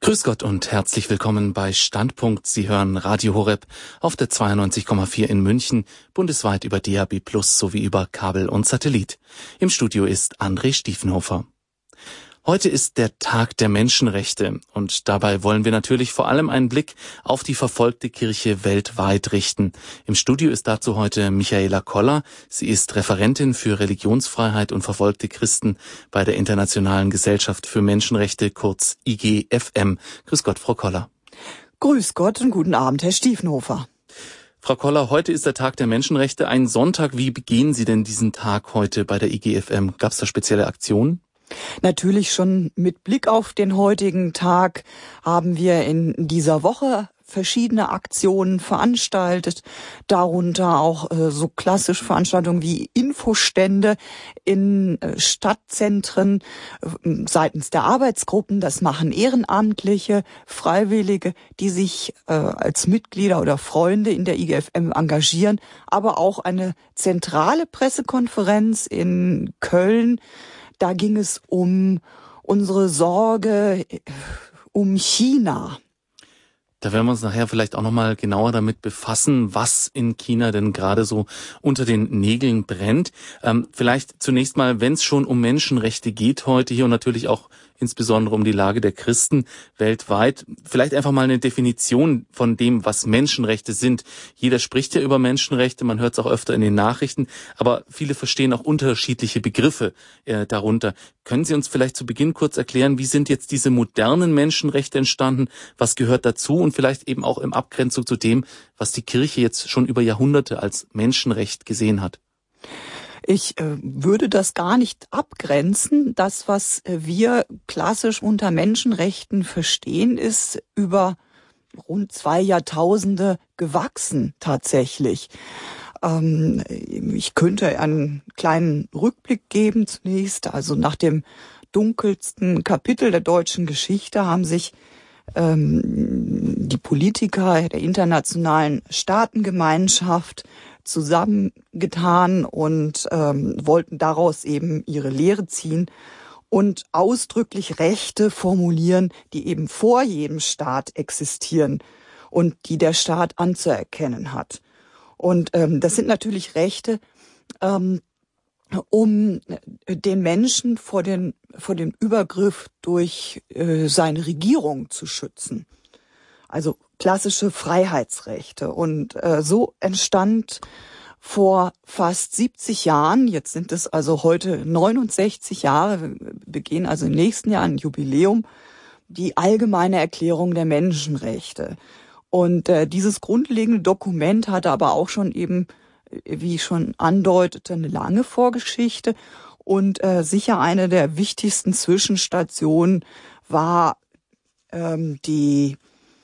Grüß Gott und herzlich willkommen bei Standpunkt. Sie hören Radio Horeb auf der 92,4 in München, bundesweit über DAB+ sowie über Kabel und Satellit. Im Studio ist André Stiefenhofer. Heute ist der Tag der Menschenrechte und dabei wollen wir natürlich vor allem einen Blick auf die verfolgte Kirche weltweit richten. Im Studio ist dazu heute Michaela Koller. Sie ist Referentin für Religionsfreiheit und verfolgte Christen bei der Internationalen Gesellschaft für Menschenrechte, kurz IGFM. Grüß Gott, Frau Koller. Grüß Gott und guten Abend, Herr Stiefenhofer. Frau Koller, heute ist der Tag der Menschenrechte, ein Sonntag. Wie begehen Sie denn diesen Tag heute bei der IGFM? Gab es da spezielle Aktionen? Natürlich schon mit Blick auf den heutigen Tag haben wir in dieser Woche verschiedene Aktionen veranstaltet, darunter auch so klassische Veranstaltungen wie Infostände in Stadtzentren seitens der Arbeitsgruppen. Das machen Ehrenamtliche, Freiwillige, die sich als Mitglieder oder Freunde in der IGFM engagieren, aber auch eine zentrale Pressekonferenz in Köln. Da ging es um unsere Sorge um China. Da werden wir uns nachher vielleicht auch nochmal genauer damit befassen, was in China denn gerade so unter den Nägeln brennt. Vielleicht zunächst mal, wenn es schon um Menschenrechte geht heute hier und natürlich auch insbesondere um die Lage der Christen weltweit, vielleicht einfach mal eine Definition von dem, was Menschenrechte sind. Jeder spricht ja über Menschenrechte, man hört es auch öfter in den Nachrichten, aber viele verstehen auch unterschiedliche Begriffe darunter. Können Sie uns vielleicht zu Beginn kurz erklären, wie sind jetzt diese modernen Menschenrechte entstanden, was gehört dazu und vielleicht eben auch in Abgrenzung zu dem, was die Kirche jetzt schon über Jahrhunderte als Menschenrecht gesehen hat? Ich würde das gar nicht abgrenzen. Das, was wir klassisch unter Menschenrechten verstehen, ist über rund 2 Jahrtausende gewachsen tatsächlich. Ich könnte einen kleinen Rückblick geben zunächst. Also nach dem dunkelsten Kapitel der deutschen Geschichte haben sich die Politiker der internationalen Staatengemeinschaft zusammengetan und wollten daraus eben ihre Lehre ziehen und ausdrücklich Rechte formulieren, die eben vor jedem Staat existieren und die der Staat anzuerkennen hat. Und das sind natürlich Rechte, um den Menschen vor dem Übergriff durch seine Regierung zu schützen. Also klassische Freiheitsrechte. Und so entstand vor fast 70 Jahren, jetzt sind es also heute 69 Jahre, wir begehen also im nächsten Jahr ein Jubiläum, die Allgemeine Erklärung der Menschenrechte. Und dieses grundlegende Dokument hatte aber auch schon eben, wie ich schon andeutete, eine lange Vorgeschichte. Und sicher eine der wichtigsten Zwischenstationen war die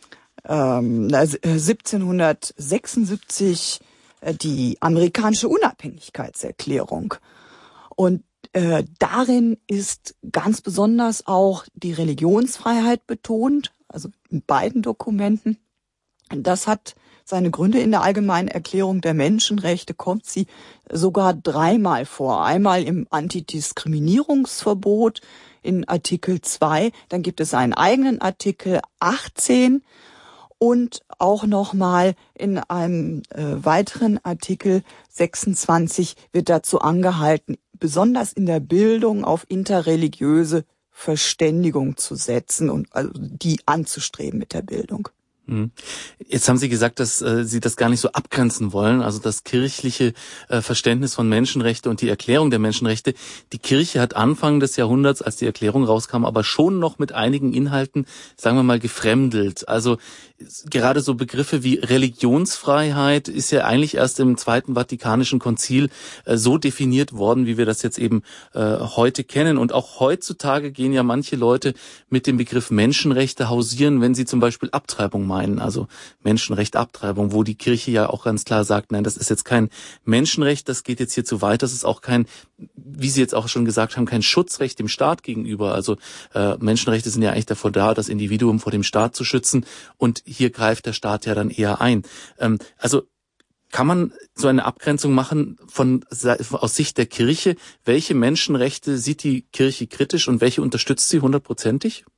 1776 die amerikanische Unabhängigkeitserklärung. Und darin ist ganz besonders auch die Religionsfreiheit betont, also in beiden Dokumenten. Das hat seine Gründe in der Allgemeinen Erklärung der Menschenrechte, kommt sie sogar 3-mal vor. Einmal im Antidiskriminierungsverbot in Artikel 2, dann gibt es einen eigenen Artikel 18 und auch nochmal in einem weiteren Artikel 26 wird dazu angehalten, besonders in der Bildung auf interreligiöse Verständigung zu setzen und also die anzustreben mit der Bildung. Jetzt haben Sie gesagt, dass Sie das gar nicht so abgrenzen wollen, also das kirchliche Verständnis von Menschenrechte und die Erklärung der Menschenrechte. Die Kirche hat Anfang des Jahrhunderts, als die Erklärung rauskam, aber schon noch mit einigen Inhalten, sagen wir mal, gefremdelt. Also gerade so Begriffe wie Religionsfreiheit ist ja eigentlich erst im Zweiten Vatikanischen Konzil so definiert worden, wie wir das jetzt eben heute kennen. Und auch heutzutage gehen ja manche Leute mit dem Begriff Menschenrechte hausieren, wenn sie zum Beispiel Abtreibung meinen, also Menschenrecht Abtreibung, wo die Kirche ja auch ganz klar sagt, nein, das ist jetzt kein Menschenrecht, das geht jetzt hier zu weit, das ist auch kein, wie Sie jetzt auch schon gesagt haben, kein Schutzrecht dem Staat gegenüber. Also Menschenrechte sind ja eigentlich davor da, das Individuum vor dem Staat zu schützen, und hier greift der Staat ja dann eher ein. Also kann man so eine Abgrenzung machen aus Sicht der Kirche? Welche Menschenrechte sieht die Kirche kritisch und welche unterstützt sie 100%?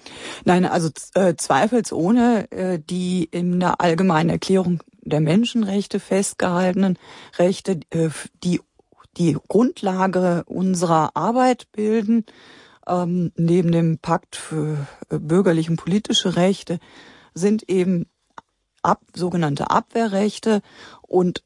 Nein, also zweifelsohne die in der Allgemeinen Erklärung der Menschenrechte festgehaltenen Rechte, die Grundlage unserer Arbeit bilden, neben dem Pakt für bürgerliche und politische Rechte, sind eben sogenannte Abwehrrechte und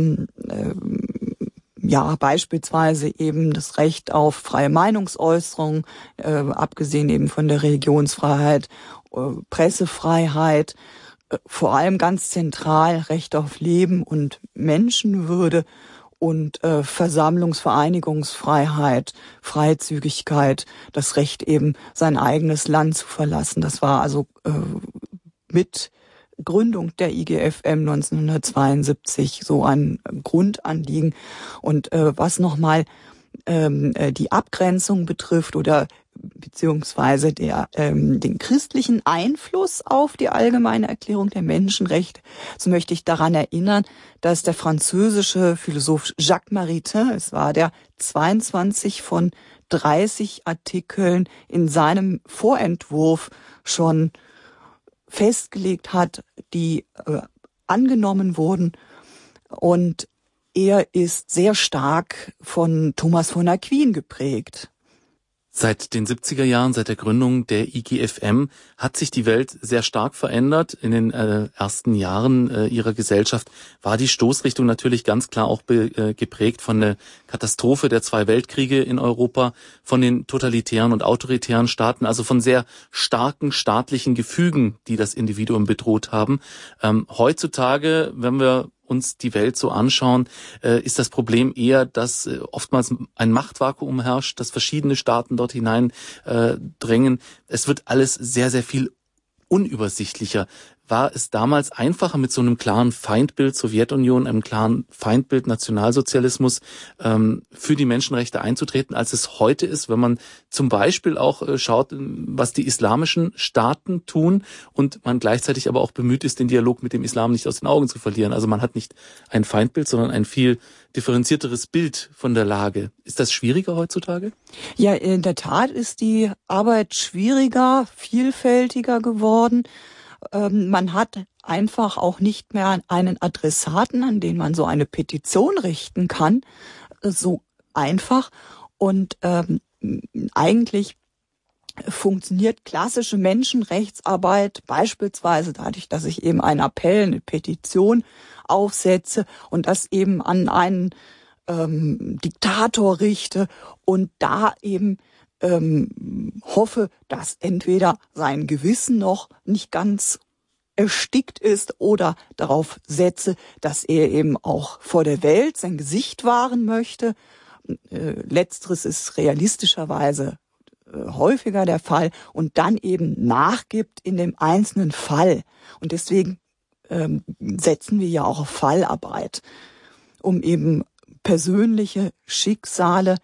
beispielsweise eben das Recht auf freie Meinungsäußerung, abgesehen eben von der Religionsfreiheit, Pressefreiheit, vor allem ganz zentral Recht auf Leben und Menschenwürde und Versammlungs-, Vereinigungsfreiheit, Freizügigkeit, das Recht eben sein eigenes Land zu verlassen. Das war also mit Gründung der IGFM 1972 so ein Grundanliegen. Und was nochmal die Abgrenzung betrifft oder beziehungsweise den christlichen Einfluss auf die Allgemeine Erklärung der Menschenrechte, so möchte ich daran erinnern, dass der französische Philosoph Jacques Maritain, es war der 22 von 30 Artikeln in seinem Vorentwurf schon festgelegt hat, die angenommen wurden. Und er ist sehr stark von Thomas von Aquin geprägt. Seit den 70er Jahren, seit der Gründung der IGFM, hat sich die Welt sehr stark verändert. In den ersten Jahren ihrer Gesellschaft war die Stoßrichtung natürlich ganz klar auch geprägt von der Katastrophe der 2 Weltkriege in Europa, von den totalitären und autoritären Staaten, also von sehr starken staatlichen Gefügen, die das Individuum bedroht haben. Heutzutage, wenn wir uns die Welt so anschauen, ist das Problem eher, dass oftmals ein Machtvakuum herrscht, dass verschiedene Staaten dort hinein drängen. Es wird alles sehr, sehr viel unübersichtlicher. War es damals einfacher, mit so einem klaren Feindbild Sowjetunion, einem klaren Feindbild Nationalsozialismus für die Menschenrechte einzutreten, als es heute ist, wenn man zum Beispiel auch schaut, was die islamischen Staaten tun und man gleichzeitig aber auch bemüht ist, den Dialog mit dem Islam nicht aus den Augen zu verlieren. Also man hat nicht ein Feindbild, sondern ein viel differenzierteres Bild von der Lage. Ist das schwieriger heutzutage? Ja, in der Tat ist die Arbeit schwieriger, vielfältiger geworden. Man hat einfach auch nicht mehr einen Adressaten, an den man so eine Petition richten kann, so einfach. Und eigentlich funktioniert klassische Menschenrechtsarbeit beispielsweise dadurch, dass ich eben einen Appell, eine Petition aufsetze und das eben an einen Diktator richte und da eben hoffe, dass entweder sein Gewissen noch nicht ganz erstickt ist oder darauf setze, dass er eben auch vor der Welt sein Gesicht wahren möchte. Letzteres ist realistischerweise häufiger der Fall und dann eben nachgibt in dem einzelnen Fall. Und deswegen setzen wir ja auch auf Fallarbeit, um eben persönliche Schicksale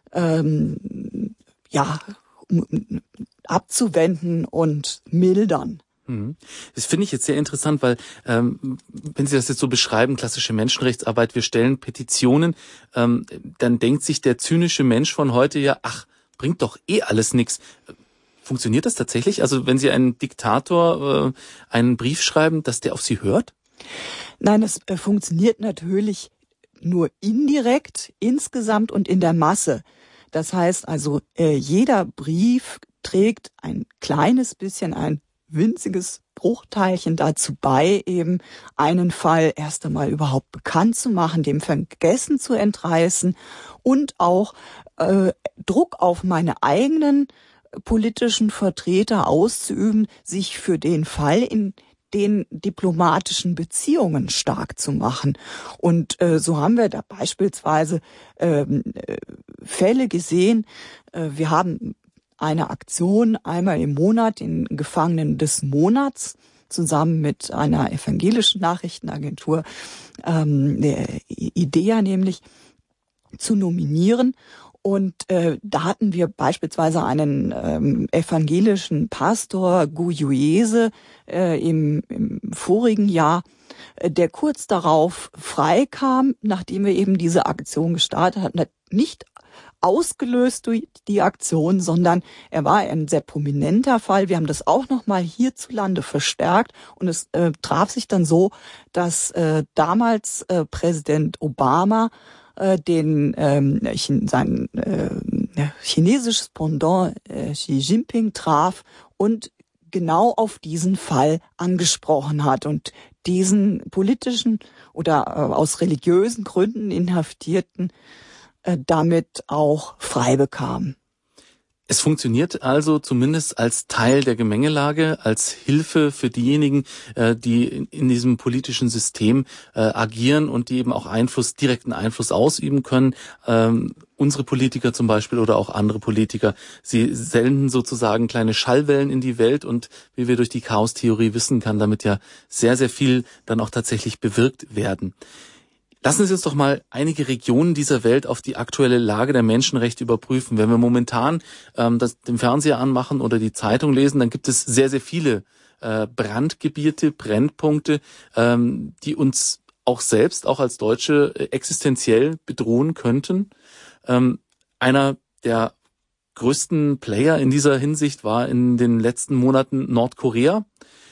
abzuwenden und mildern. Das finde ich jetzt sehr interessant, weil wenn Sie das jetzt so beschreiben, klassische Menschenrechtsarbeit, wir stellen Petitionen, dann denkt sich der zynische Mensch von heute ja, ach, bringt doch alles nichts. Funktioniert das tatsächlich? Also wenn Sie einen Diktator einen Brief schreiben, dass der auf Sie hört? Nein, es funktioniert natürlich nur indirekt, insgesamt und in der Masse. Das heißt also, jeder Brief trägt ein kleines bisschen, ein winziges Bruchteilchen dazu bei, eben einen Fall erst einmal überhaupt bekannt zu machen, dem Vergessen zu entreißen und auch Druck auf meine eigenen politischen Vertreter auszuüben, sich für den Fall in den diplomatischen Beziehungen stark zu machen. Und so haben wir da beispielsweise Fälle gesehen. Wir haben eine Aktion einmal im Monat, den Gefangenen des Monats, zusammen mit einer evangelischen Nachrichtenagentur, der IDEA nämlich, zu nominieren. Und da hatten wir beispielsweise einen evangelischen Pastor, Guyuese, im vorigen Jahr, der kurz darauf freikam, nachdem wir eben diese Aktion gestartet hatten, nicht ausgelöst durch die Aktion, sondern er war ein sehr prominenter Fall. Wir haben das auch nochmal hierzulande verstärkt und es traf sich dann so, dass damals Präsident Obama seinen chinesisches Pendant Xi Jinping traf und genau auf diesen Fall angesprochen hat und diesen politischen oder aus religiösen Gründen Inhaftierten damit auch frei bekam. Es funktioniert also zumindest als Teil der Gemengelage, als Hilfe für diejenigen, die in diesem politischen System agieren und die eben auch direkten Einfluss ausüben können. Unsere Politiker zum Beispiel oder auch andere Politiker, sie senden sozusagen kleine Schallwellen in die Welt und wie wir durch die Chaostheorie wissen, kann damit ja sehr, sehr viel dann auch tatsächlich bewirkt werden. Lassen Sie uns doch mal einige Regionen dieser Welt auf die aktuelle Lage der Menschenrechte überprüfen. Wenn wir momentan den Fernseher anmachen oder die Zeitung lesen, dann gibt es sehr, sehr viele Brandgebiete, Brennpunkte, die uns auch selbst, auch als Deutsche, existenziell bedrohen könnten. Einer der größten Player in dieser Hinsicht war in den letzten Monaten Nordkorea.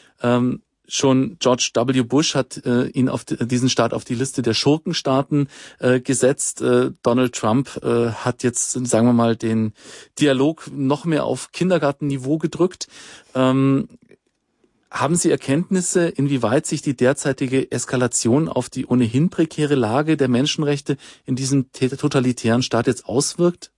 Schon George W. Bush hat diesen Staat auf die Liste der Schurkenstaaten gesetzt. Donald Trump hat jetzt, sagen wir mal, den Dialog noch mehr auf Kindergartenniveau gedrückt. Haben Sie Erkenntnisse, inwieweit sich die derzeitige Eskalation auf die ohnehin prekäre Lage der Menschenrechte in diesem totalitären Staat jetzt auswirkt?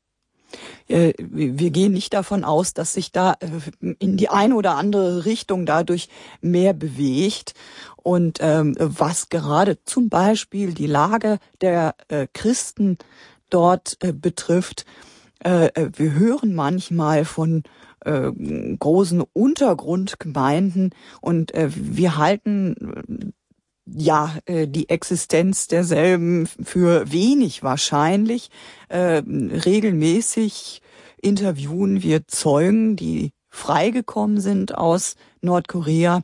Wir gehen nicht davon aus, dass sich da in die eine oder andere Richtung dadurch mehr bewegt. Und was gerade zum Beispiel die Lage der Christen dort betrifft, wir hören manchmal von großen Untergrundgemeinden und wir halten die Existenz derselben für wenig wahrscheinlich. Regelmäßig interviewen wir Zeugen, die freigekommen sind aus Nordkorea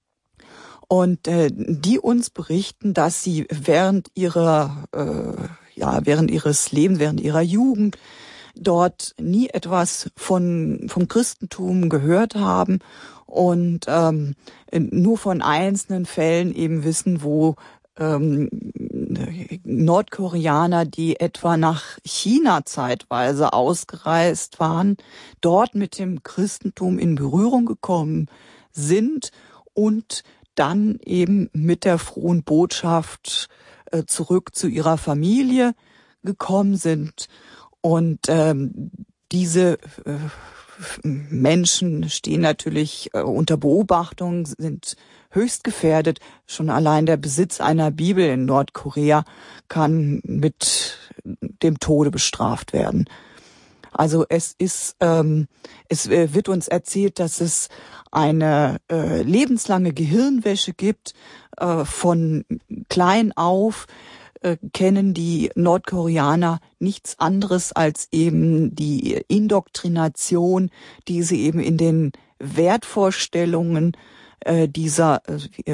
und die uns berichten, dass sie während ihres Lebens, während ihrer Jugend dort nie etwas vom Christentum gehört haben und nur von einzelnen Fällen eben wissen, wo Nordkoreaner, die etwa nach China zeitweise ausgereist waren, dort mit dem Christentum in Berührung gekommen sind und dann eben mit der frohen Botschaft zurück zu ihrer Familie gekommen sind. Und diese Menschen stehen natürlich unter Beobachtung, sind höchst gefährdet. Schon allein der Besitz einer Bibel in Nordkorea kann mit dem Tode bestraft werden. Also es wird uns erzählt, dass es eine lebenslange Gehirnwäsche gibt. Von klein auf kennen die Nordkoreaner nichts anderes als eben die Indoktrination, die sie eben in den Wertvorstellungen dieser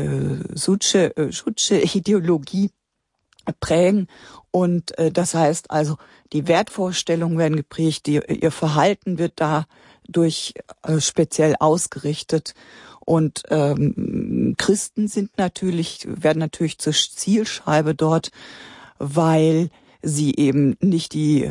Juche-Ideologie prägen. Und das heißt also, die Wertvorstellungen werden geprägt, ihr Verhalten wird dadurch speziell ausgerichtet. Und Christen werden natürlich zur Zielscheibe dort, weil sie eben nicht die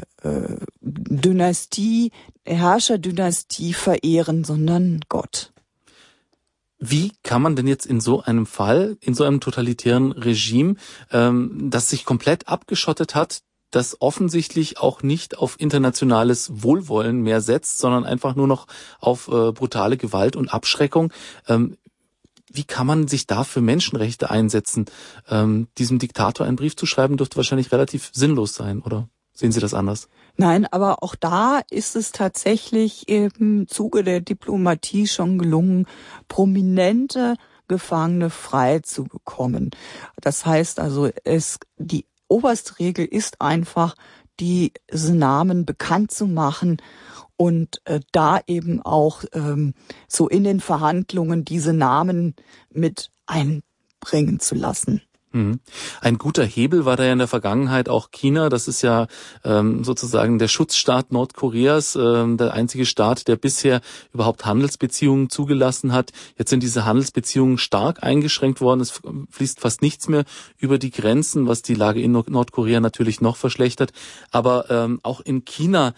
Herrscherdynastie verehren, sondern Gott. Wie kann man denn jetzt in so einem Fall, in so einem totalitären Regime, das sich komplett abgeschottet hat, das offensichtlich auch nicht auf internationales Wohlwollen mehr setzt, sondern einfach nur noch auf brutale Gewalt und Abschreckung. Wie kann man sich da für Menschenrechte einsetzen? Diesem Diktator einen Brief zu schreiben, dürfte wahrscheinlich relativ sinnlos sein, oder sehen Sie das anders? Nein, aber auch da ist es tatsächlich im Zuge der Diplomatie schon gelungen, prominente Gefangene frei zu bekommen. Das heißt also, die oberste Regel ist einfach, diese Namen bekannt zu machen und da eben auch so in den Verhandlungen diese Namen mit einbringen zu lassen. Ein guter Hebel war da ja in der Vergangenheit auch China. Das ist ja sozusagen der Schutzstaat Nordkoreas, der einzige Staat, der bisher überhaupt Handelsbeziehungen zugelassen hat. Jetzt sind diese Handelsbeziehungen stark eingeschränkt worden. Es fließt fast nichts mehr über die Grenzen, was die Lage in Nordkorea natürlich noch verschlechtert. Aber auch in China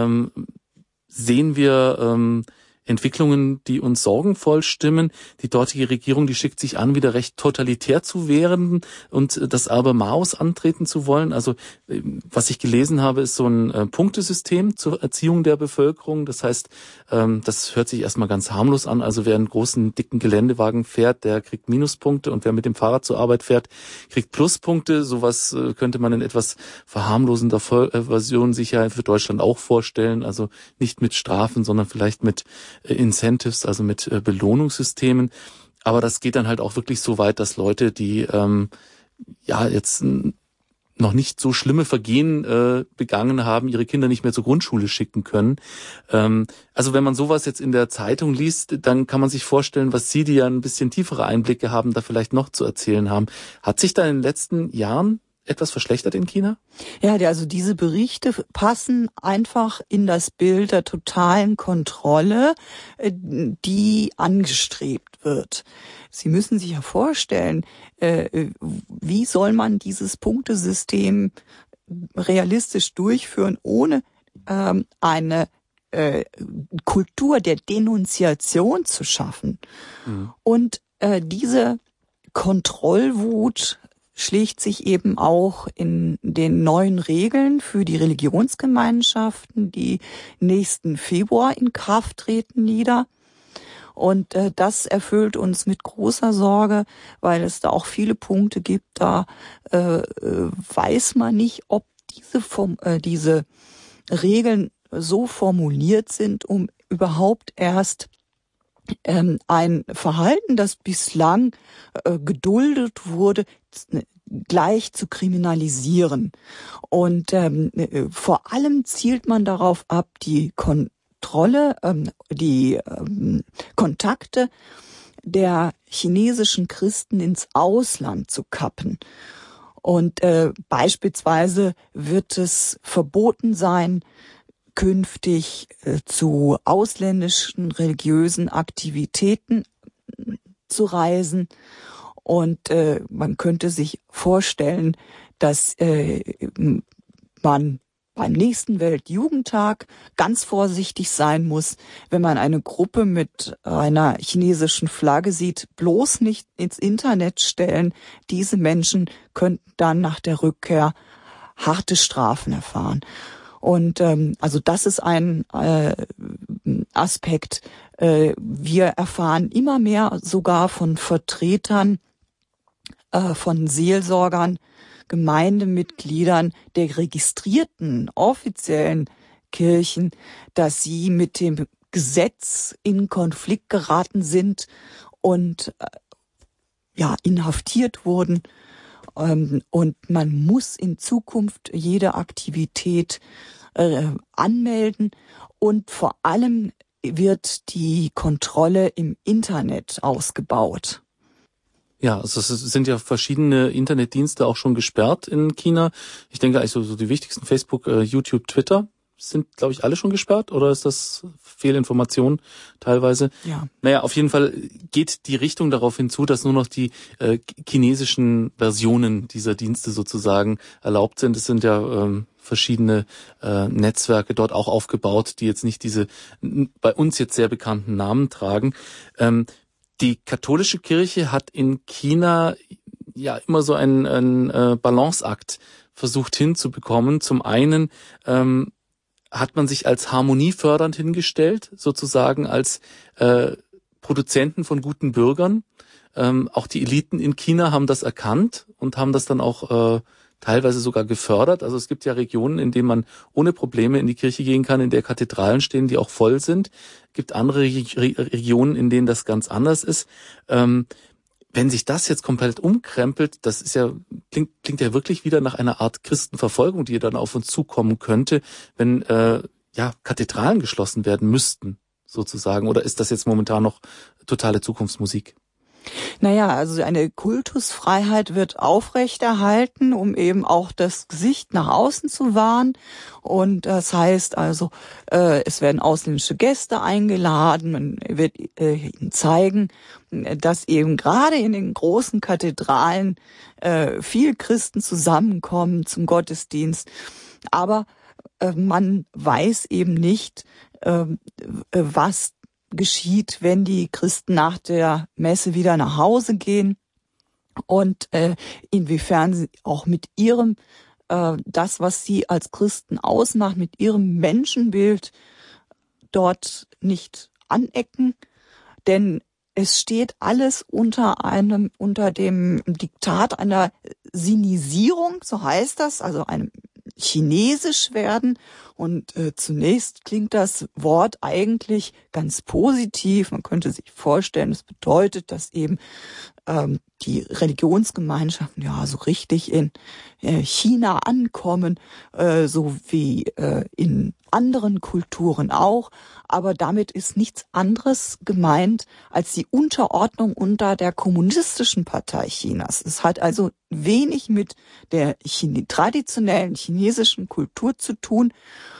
sehen wir Entwicklungen, die uns sorgenvoll stimmen. Die dortige Regierung, die schickt sich an, wieder recht totalitär zu werden und das Erbe Maos antreten zu wollen. Also was ich gelesen habe, ist so ein Punktesystem zur Erziehung der Bevölkerung. Das heißt, das hört sich erstmal ganz harmlos an. Also wer einen großen, dicken Geländewagen fährt, der kriegt Minuspunkte und wer mit dem Fahrrad zur Arbeit fährt, kriegt Pluspunkte. Sowas könnte man in etwas verharmlosender Version sicher für Deutschland auch vorstellen. Also nicht mit Strafen, sondern vielleicht mit Incentives, also mit Belohnungssystemen. Aber das geht dann halt auch wirklich so weit, dass Leute, die jetzt noch nicht so schlimme Vergehen begangen haben, ihre Kinder nicht mehr zur Grundschule schicken können. Also wenn man sowas jetzt in der Zeitung liest, dann kann man sich vorstellen, was Sie, die ja ein bisschen tiefere Einblicke haben, da vielleicht noch zu erzählen haben. Hat sich da in den letzten Jahren etwas verschlechtert in China? Ja, also diese Berichte passen einfach in das Bild der totalen Kontrolle, die angestrebt wird. Sie müssen sich ja vorstellen, wie soll man dieses Punktesystem realistisch durchführen, ohne eine Kultur der Denunziation zu schaffen. Mhm. Und diese Kontrollwut schlägt sich eben auch in den neuen Regeln für die Religionsgemeinschaften, die nächsten Februar in Kraft treten, nieder. Und das erfüllt uns mit großer Sorge, weil es da auch viele Punkte gibt, da weiß man nicht, ob diese Regeln so formuliert sind, um überhaupt erst ein Verhalten, das bislang geduldet wurde, gleich zu kriminalisieren. Und vor allem zielt man darauf ab, die Kontrolle, die Kontakte der chinesischen Christen ins Ausland zu kappen. Und beispielsweise wird es verboten sein, künftig zu ausländischen religiösen Aktivitäten zu reisen. Und man könnte sich vorstellen, dass man beim nächsten Weltjugendtag ganz vorsichtig sein muss, wenn man eine Gruppe mit einer chinesischen Flagge sieht, bloß nicht ins Internet stellen. Diese Menschen könnten dann nach der Rückkehr harte Strafen erfahren. Und also das ist ein Aspekt. Wir erfahren immer mehr sogar von Vertretern, von Seelsorgern, Gemeindemitgliedern der registrierten offiziellen Kirchen, dass sie mit dem Gesetz in Konflikt geraten sind und inhaftiert wurden. Und man muss in Zukunft jede Aktivität anmelden und vor allem wird die Kontrolle im Internet ausgebaut. Ja, also es sind ja verschiedene Internetdienste auch schon gesperrt in China. Ich denke eigentlich so die wichtigsten: Facebook, YouTube, Twitter sind, glaube ich, alle schon gesperrt, oder ist das Fehlinformation teilweise? Ja. Naja, auf jeden Fall geht die Richtung darauf hinzu, dass nur noch die chinesischen Versionen dieser Dienste sozusagen erlaubt sind. Es sind ja verschiedene Netzwerke dort auch aufgebaut, die jetzt nicht diese bei uns jetzt sehr bekannten Namen tragen. Die katholische Kirche hat in China ja immer so einen Balanceakt versucht hinzubekommen. Zum einen hat man sich als harmoniefördernd hingestellt, sozusagen als Produzenten von guten Bürgern. Auch die Eliten in China haben das erkannt und haben das dann auch teilweise sogar gefördert. Also es gibt ja Regionen, in denen man ohne Probleme in die Kirche gehen kann, in der Kathedralen stehen, die auch voll sind. Es gibt andere Regionen, in denen das ganz anders ist. Wenn sich das jetzt komplett umkrempelt, das ist ja klingt ja wirklich wieder nach einer Art Christenverfolgung, die dann auf uns zukommen könnte, wenn Kathedralen geschlossen werden müssten, sozusagen. Oder ist das jetzt momentan noch totale Zukunftsmusik? Naja, also eine Kultusfreiheit wird aufrechterhalten, um eben auch das Gesicht nach außen zu wahren. Und das heißt also, es werden ausländische Gäste eingeladen, man wird ihnen zeigen, dass eben gerade in den großen Kathedralen viel Christen zusammenkommen zum Gottesdienst. Aber man weiß eben nicht, was geschieht, wenn die Christen nach der Messe wieder nach Hause gehen und inwiefern sie auch mit ihrem, das, was sie als Christen ausmacht, mit ihrem Menschenbild dort nicht anecken. Denn es steht alles unter dem Diktat einer Sinisierung, so heißt das, also einem Chinesisch werden. Und zunächst klingt das Wort eigentlich ganz positiv. Man könnte sich vorstellen, es bedeutet, dass eben die Religionsgemeinschaften ja so richtig in China ankommen, so wie in anderen Kulturen auch. Aber damit ist nichts anderes gemeint als die Unterordnung unter der kommunistischen Partei Chinas. Es hat also wenig mit der traditionellen chinesischen Kultur zu tun,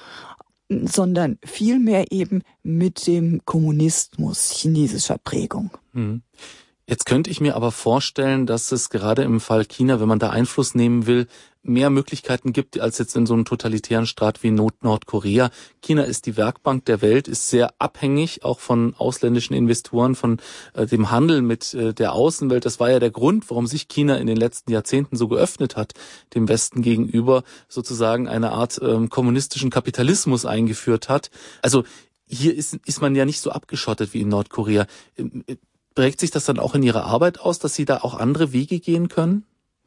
sondern vielmehr eben mit dem Kommunismus chinesischer Prägung. Jetzt könnte ich mir aber vorstellen, dass es gerade im Fall China, wenn man da Einfluss nehmen will, mehr Möglichkeiten gibt als jetzt in so einem totalitären Staat wie Nordkorea. China ist die Werkbank der Welt, ist sehr abhängig auch von ausländischen Investoren, von dem Handel mit der Außenwelt. Das war ja der Grund, warum sich China in den letzten Jahrzehnten so geöffnet hat, dem Westen gegenüber, sozusagen eine Art kommunistischen Kapitalismus eingeführt hat. Also hier ist man ja nicht so abgeschottet wie in Nordkorea. Prägt sich das dann auch in Ihrer Arbeit aus, dass Sie da auch andere Wege gehen können?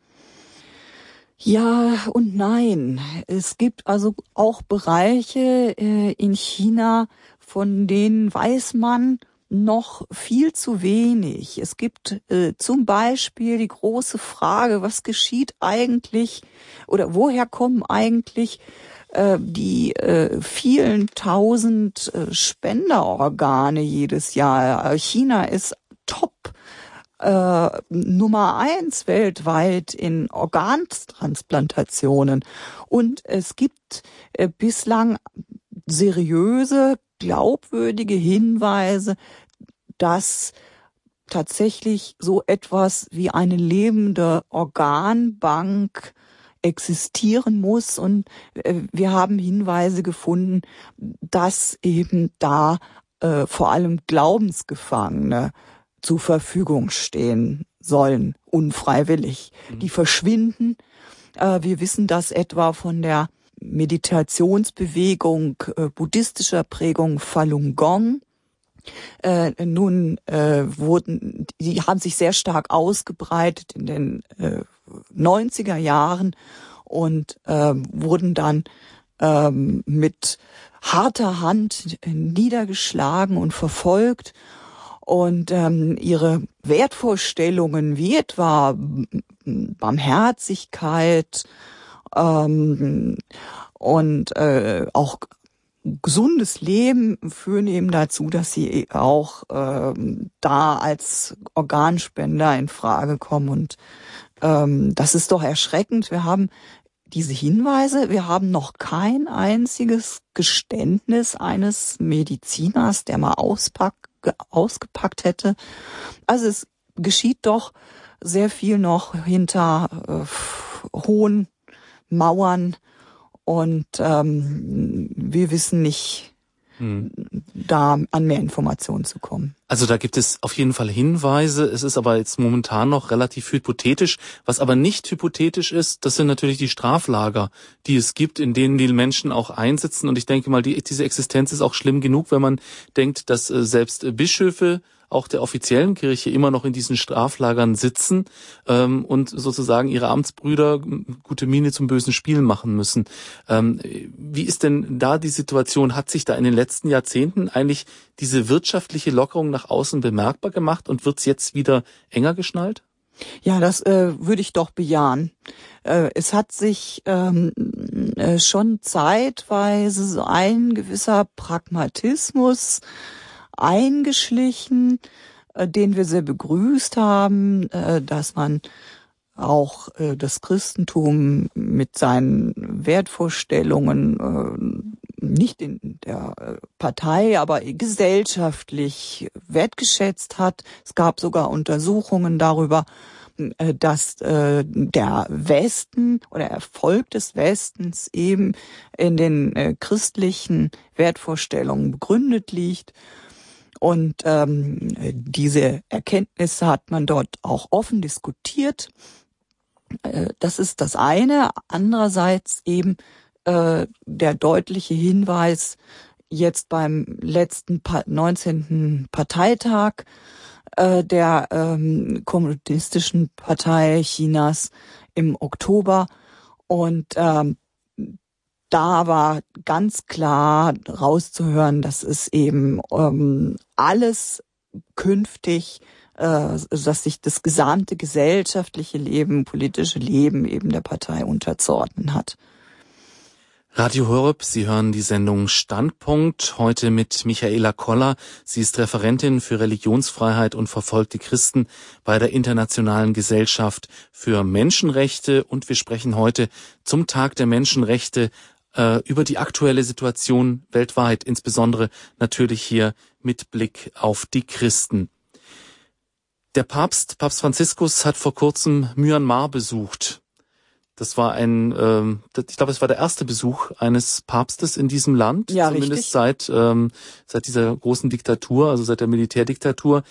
Ja und nein. Es gibt also auch Bereiche in China, von denen weiß man noch viel zu wenig. Es gibt zum Beispiel die große Frage, was geschieht eigentlich oder woher kommen eigentlich die vielen tausend Spenderorgane jedes Jahr. China ist Top Nummer 1 weltweit in Organtransplantationen. Und es gibt bislang seriöse, glaubwürdige Hinweise, dass tatsächlich so etwas wie eine lebende Organbank existieren muss. Und wir haben Hinweise gefunden, dass eben da vor allem Glaubensgefangene zur Verfügung stehen sollen, unfreiwillig. Die verschwinden. Wir wissen das etwa von der Meditationsbewegung buddhistischer Prägung Falun Gong. Die haben sich sehr stark ausgebreitet in den 90er Jahren und wurden dann mit harter Hand niedergeschlagen und verfolgt. Und ihre Wertvorstellungen wie etwa Barmherzigkeit und auch gesundes Leben führen eben dazu, dass sie auch da als Organspender in Frage kommen. Und das ist doch erschreckend. Wir haben diese Hinweise, wir haben noch kein einziges Geständnis eines Mediziners, der mal ausgepackt hätte. Also es geschieht doch sehr viel noch hinter hohen Mauern und wir wissen nicht, da an mehr Informationen zu kommen. Also da gibt es auf jeden Fall Hinweise. Es ist aber jetzt momentan noch relativ hypothetisch. Was aber nicht hypothetisch ist, das sind natürlich die Straflager, die es gibt, in denen die Menschen auch einsitzen. Und ich denke mal, diese Existenz ist auch schlimm genug, wenn man denkt, dass selbst Bischöfe auch der offiziellen Kirche immer noch in diesen Straflagern sitzen und sozusagen ihre Amtsbrüder gute Miene zum bösen Spiel machen müssen. Wie ist denn da die Situation? Hat sich da in den letzten Jahrzehnten eigentlich diese wirtschaftliche Lockerung nach außen bemerkbar gemacht und wird's jetzt wieder enger geschnallt? Ja, das würde ich doch bejahen. Es hat sich schon zeitweise so ein gewisser Pragmatismus eingeschlichen. den wir sehr begrüßt haben, dass man auch das Christentum mit seinen Wertvorstellungen nicht in der Partei, aber gesellschaftlich wertgeschätzt hat. Es gab sogar Untersuchungen darüber, dass der Westen oder Erfolg des Westens eben in den christlichen Wertvorstellungen begründet liegt. Und diese Erkenntnisse hat man dort auch offen diskutiert. Das ist das eine. Andererseits eben der deutliche Hinweis jetzt beim letzten 19. Parteitag der Kommunistischen Partei Chinas im Oktober. Und da war ganz klar rauszuhören, dass es eben alles künftig, dass sich das gesamte gesellschaftliche Leben, politische Leben eben der Partei unterzuordnen hat. Radio Horeb, Sie hören die Sendung Standpunkt, heute mit Michaela Koller. Sie ist Referentin für Religionsfreiheit und verfolgte Christen bei der Internationalen Gesellschaft für Menschenrechte. Und wir sprechen heute zum Tag der Menschenrechte über die aktuelle Situation weltweit, insbesondere natürlich hier mit Blick auf die Christen. Der Papst Franziskus, hat vor kurzem Myanmar besucht. Das war ich glaube, es war der erste Besuch eines Papstes in diesem Land, ja, zumindest seit dieser großen Diktatur, also seit der Militärdiktatur.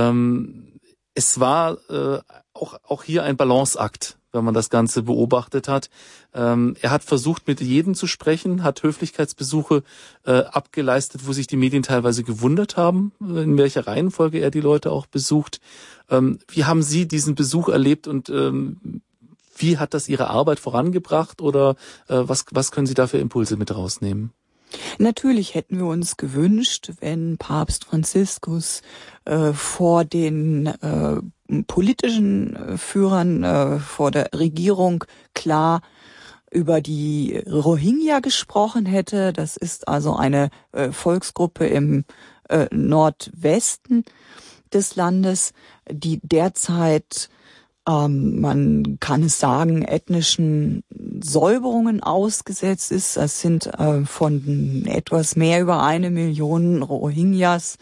Es war auch hier ein Balanceakt, wenn man das Ganze beobachtet hat. Er hat versucht, mit jedem zu sprechen, hat Höflichkeitsbesuche abgeleistet, wo sich die Medien teilweise gewundert haben, in welcher Reihenfolge er die Leute auch besucht. Wie haben Sie diesen Besuch erlebt und wie hat das Ihre Arbeit vorangebracht oder was können Sie da für Impulse mit rausnehmen? Natürlich hätten wir uns gewünscht, wenn Papst Franziskus vor den politischen Führern, vor der Regierung klar über die Rohingya gesprochen hätte. Das ist also eine Volksgruppe im Nordwesten des Landes, die derzeit man kann es sagen, ethnischen Säuberungen ausgesetzt ist. Es sind von etwas mehr über 1 Million Rohingyas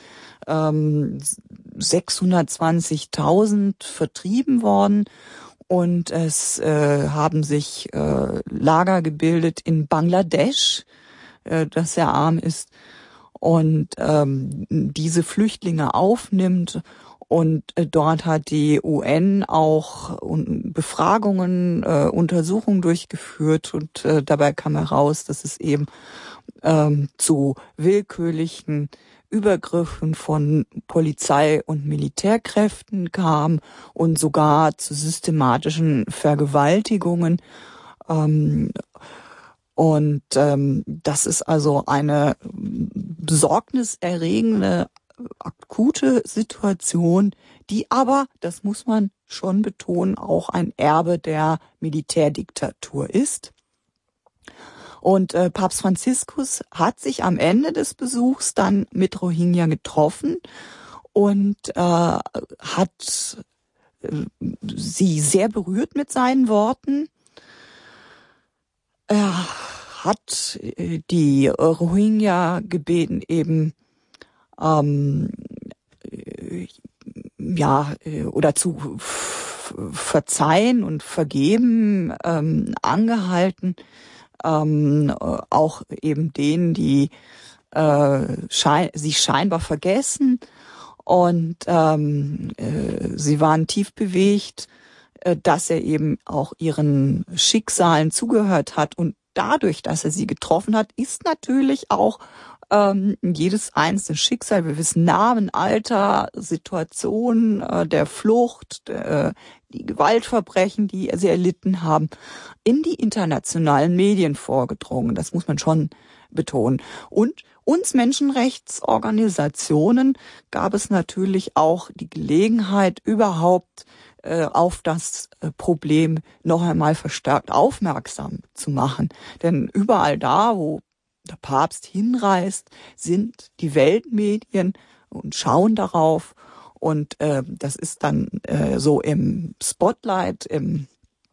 620.000 vertrieben worden. Und es haben sich Lager gebildet in Bangladesch, das sehr arm ist, und diese Flüchtlinge aufnimmt. Und dort hat die UN auch Befragungen, Untersuchungen durchgeführt und dabei kam heraus, dass es eben zu willkürlichen Übergriffen von Polizei- und Militärkräften kam und sogar zu systematischen Vergewaltigungen. Das ist also eine besorgniserregende akute Situation, die aber, das muss man schon betonen, auch ein Erbe der Militärdiktatur ist. Und Papst Franziskus hat sich am Ende des Besuchs dann mit Rohingya getroffen und hat sie sehr berührt mit seinen Worten. Er hat die Rohingya gebeten, eben oder zu verzeihen und vergeben angehalten, auch eben denen, die sich scheinbar vergessen. Und sie waren tief bewegt, dass er eben auch ihren Schicksalen zugehört hat. Und dadurch, dass er sie getroffen hat, ist natürlich auch jedes einzelne Schicksal, wir wissen Namen, Alter, Situation der Flucht, die Gewaltverbrechen, die sie erlitten haben, in die internationalen Medien vorgedrungen. Das muss man schon betonen. Und uns Menschenrechtsorganisationen gab es natürlich auch die Gelegenheit, überhaupt auf das Problem noch einmal verstärkt aufmerksam zu machen. Denn überall da, wo der Papst hinreist, sind die Weltmedien und schauen darauf Und das ist dann so im Spotlight, im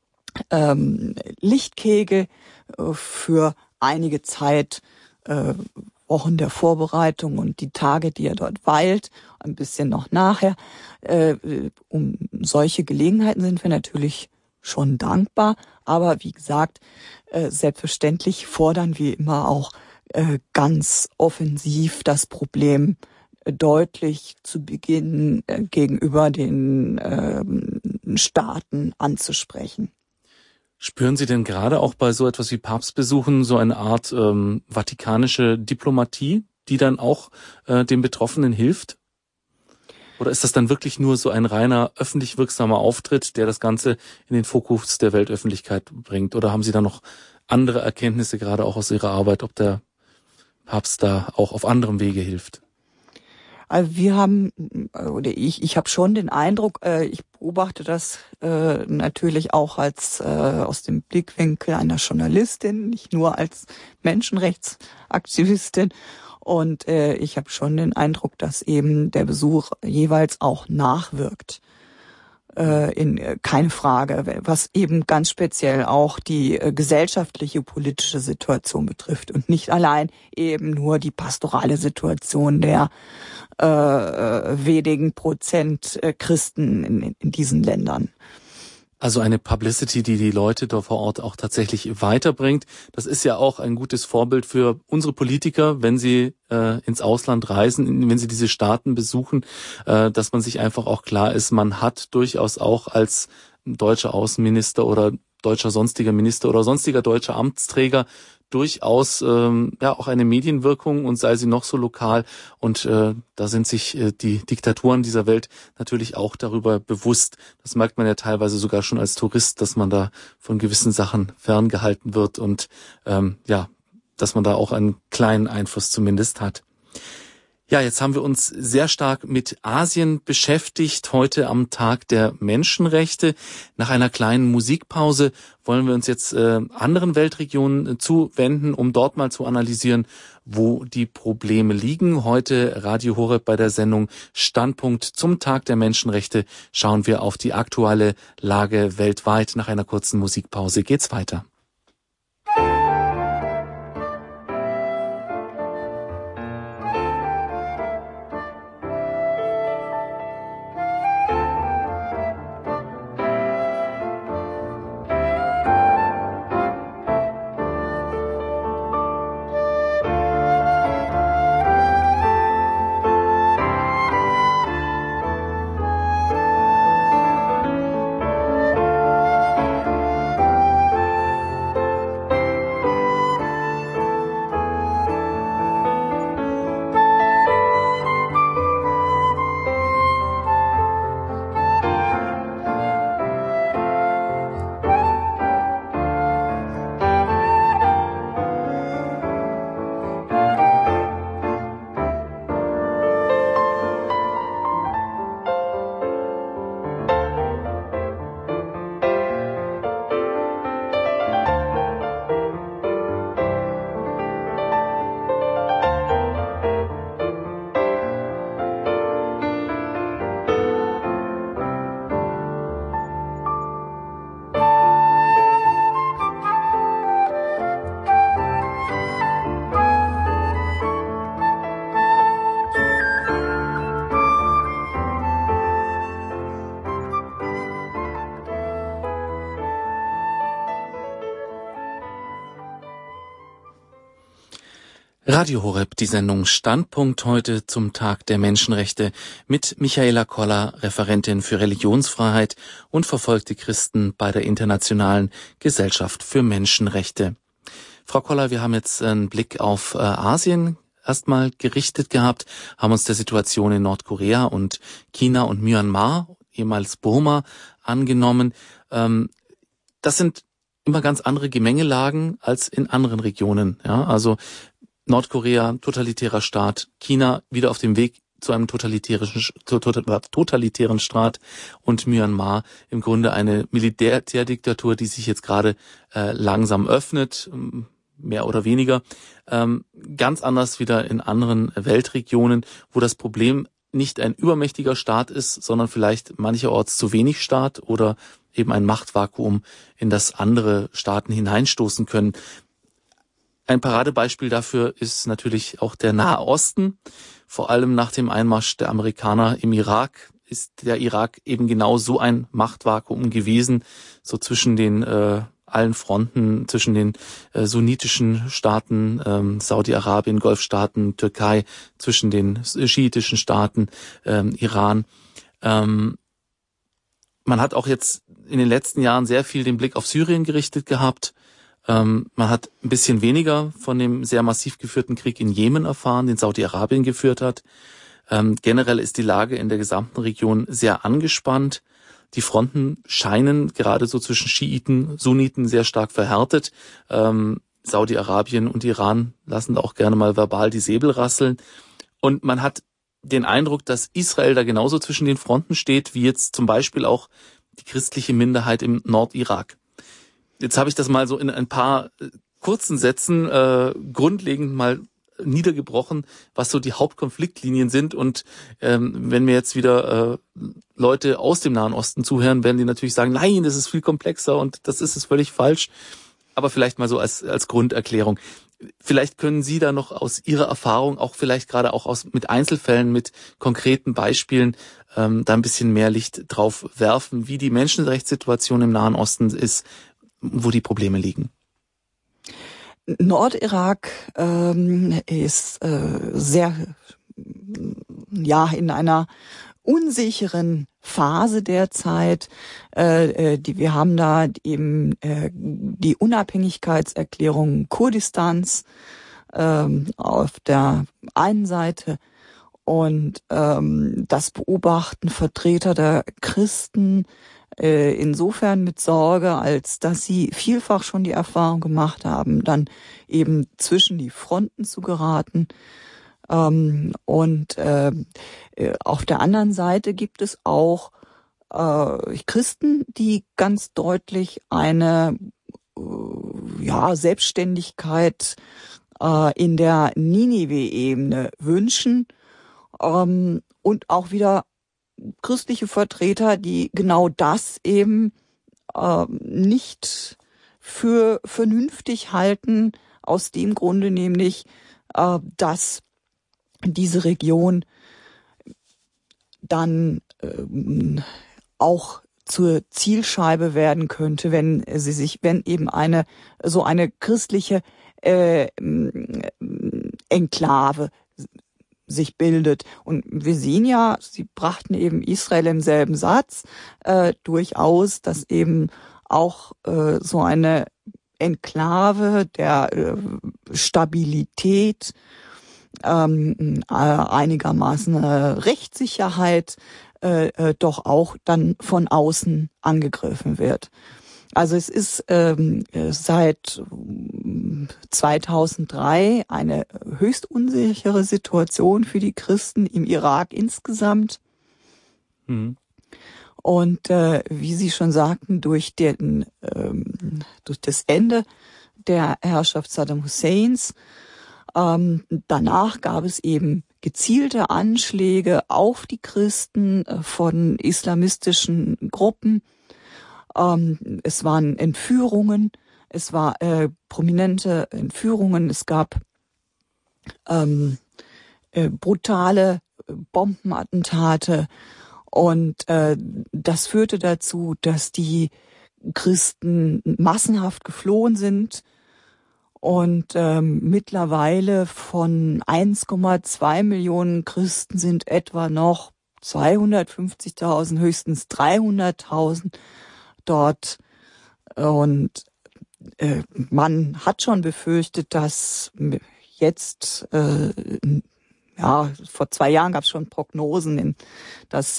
Lichtkegel für einige Zeit, Wochen der Vorbereitung und die Tage, die er dort weilt, ein bisschen noch nachher. Um solche Gelegenheiten sind wir natürlich schon dankbar, aber wie gesagt, selbstverständlich fordern wir immer auch ganz offensiv das Problem deutlich zu Beginn gegenüber den Staaten anzusprechen. Spüren Sie denn gerade auch bei so etwas wie Papstbesuchen so eine Art vatikanische Diplomatie, die dann auch den Betroffenen hilft? Oder ist das dann wirklich nur so ein reiner öffentlich wirksamer Auftritt, der das Ganze in den Fokus der Weltöffentlichkeit bringt? Oder haben Sie da noch andere Erkenntnisse, gerade auch aus Ihrer Arbeit, ob der Papst da auch auf anderem Wege hilft? Also wir haben, oder ich habe schon den Eindruck, ich beobachte das natürlich auch als aus dem Blickwinkel einer Journalistin, nicht nur als Menschenrechtsaktivistin. Und ich habe schon den Eindruck, dass eben der Besuch jeweils auch nachwirkt. Keine Frage, was eben ganz speziell auch die gesellschaftliche, politische Situation betrifft und nicht allein eben nur die pastorale Situation der wenigen Prozent Christen in diesen Ländern. Also eine Publicity, die die Leute dort vor Ort auch tatsächlich weiterbringt. Das ist ja auch ein gutes Vorbild für unsere Politiker, wenn sie ins Ausland reisen, wenn sie diese Staaten besuchen, dass man sich einfach auch klar ist, man hat durchaus auch als deutscher Außenminister oder deutscher sonstiger Minister oder sonstiger deutscher Amtsträger durchaus auch eine Medienwirkung, und sei sie noch so lokal. Und da sind sich die Diktaturen dieser Welt natürlich auch darüber bewusst. Das merkt man ja teilweise sogar schon als Tourist, dass man da von gewissen Sachen ferngehalten wird und dass man da auch einen kleinen Einfluss zumindest hat. Ja, jetzt haben wir uns sehr stark mit Asien beschäftigt, heute am Tag der Menschenrechte. Nach einer kleinen Musikpause wollen wir uns jetzt anderen Weltregionen zuwenden, um dort mal zu analysieren, wo die Probleme liegen. Heute Radio Horeb bei der Sendung Standpunkt zum Tag der Menschenrechte schauen wir auf die aktuelle Lage weltweit. Nach einer kurzen Musikpause geht's weiter. Radio Horeb, die Sendung Standpunkt heute zum Tag der Menschenrechte mit Michaela Koller, Referentin für Religionsfreiheit und verfolgte Christen bei der Internationalen Gesellschaft für Menschenrechte. Frau Koller, wir haben jetzt einen Blick auf Asien erstmal gerichtet gehabt, haben uns der Situation in Nordkorea und China und Myanmar, ehemals Burma, angenommen. Das sind immer ganz andere Gemengelagen als in anderen Regionen. Ja, also Nordkorea, totalitärer Staat, China wieder auf dem Weg zu einem totalitären Staat und Myanmar im Grunde eine Militärdiktatur, die sich jetzt gerade langsam öffnet, mehr oder weniger. Ganz anders wieder in anderen Weltregionen, wo das Problem nicht ein übermächtiger Staat ist, sondern vielleicht mancherorts zu wenig Staat oder eben ein Machtvakuum, in das andere Staaten hineinstoßen können. Ein Paradebeispiel dafür ist natürlich auch der Nahe Osten. Vor allem nach dem Einmarsch der Amerikaner im Irak ist der Irak eben genau so ein Machtvakuum gewesen, so zwischen den allen Fronten, zwischen den sunnitischen Staaten, Saudi-Arabien, Golfstaaten, Türkei, zwischen den schiitischen Staaten, Iran. Man hat auch jetzt in den letzten Jahren sehr viel den Blick auf Syrien gerichtet gehabt. Man hat ein bisschen weniger von dem sehr massiv geführten Krieg in Jemen erfahren, den Saudi-Arabien geführt hat. Generell ist die Lage in der gesamten Region sehr angespannt. Die Fronten scheinen gerade so zwischen Schiiten, Sunniten sehr stark verhärtet. Saudi-Arabien und Iran lassen auch gerne mal verbal die Säbel rasseln. Und man hat den Eindruck, dass Israel da genauso zwischen den Fronten steht, wie jetzt zum Beispiel auch die christliche Minderheit im Nordirak. Jetzt habe ich das mal so in ein paar kurzen Sätzen grundlegend mal niedergebrochen, was so die Hauptkonfliktlinien sind. Und wenn mir jetzt wieder Leute aus dem Nahen Osten zuhören, werden die natürlich sagen, nein, das ist viel komplexer und das ist es völlig falsch. Aber vielleicht mal so als Grunderklärung. Vielleicht können Sie da noch aus Ihrer Erfahrung, auch vielleicht gerade auch mit Einzelfällen, mit konkreten Beispielen, da ein bisschen mehr Licht drauf werfen, wie die Menschenrechtssituation im Nahen Osten ist, wo die Probleme liegen. Nordirak ist sehr in einer unsicheren Phase derzeit. Wir haben da eben die Unabhängigkeitserklärung Kurdistans auf der einen Seite und das beobachten Vertreter der Christen insofern mit Sorge, als dass sie vielfach schon die Erfahrung gemacht haben, dann eben zwischen die Fronten zu geraten. Und auf der anderen Seite gibt es auch Christen, die ganz deutlich eine Selbstständigkeit in der Ninive-Ebene wünschen, und auch wieder christliche Vertreter, die genau das eben nicht für vernünftig halten, aus dem Grunde nämlich, dass diese Region dann auch zur Zielscheibe werden könnte, wenn eben eine christliche Enklave sich bildet. Und wir sehen ja, Sie brachten eben Israel im selben Satz, durchaus, dass eben auch so eine Enklave der Stabilität, einigermaßen Rechtssicherheit doch auch dann von außen angegriffen wird. Also es ist seit 2003 eine höchst unsichere Situation für die Christen im Irak insgesamt. Mhm. Und wie Sie schon sagten, durch das Ende der Herrschaft Saddam Husseins, danach gab es eben gezielte Anschläge auf die Christen von islamistischen Gruppen. Es waren Entführungen, es war prominente Entführungen, es gab brutale Bombenattentate und das führte dazu, dass die Christen massenhaft geflohen sind und mittlerweile von 1,2 Millionen Christen sind etwa noch 250.000, höchstens 300.000 dort. Und man hat schon befürchtet, dass jetzt, vor 2 Jahren gab es schon Prognosen, dass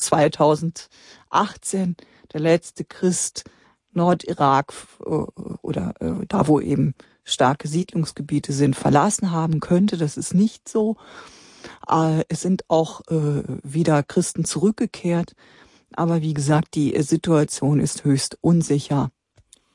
2018 der letzte Christ Nordirak oder da, wo eben starke Siedlungsgebiete sind, verlassen haben könnte. Das ist nicht so. Es sind auch wieder Christen zurückgekehrt. Aber wie gesagt, die Situation ist höchst unsicher.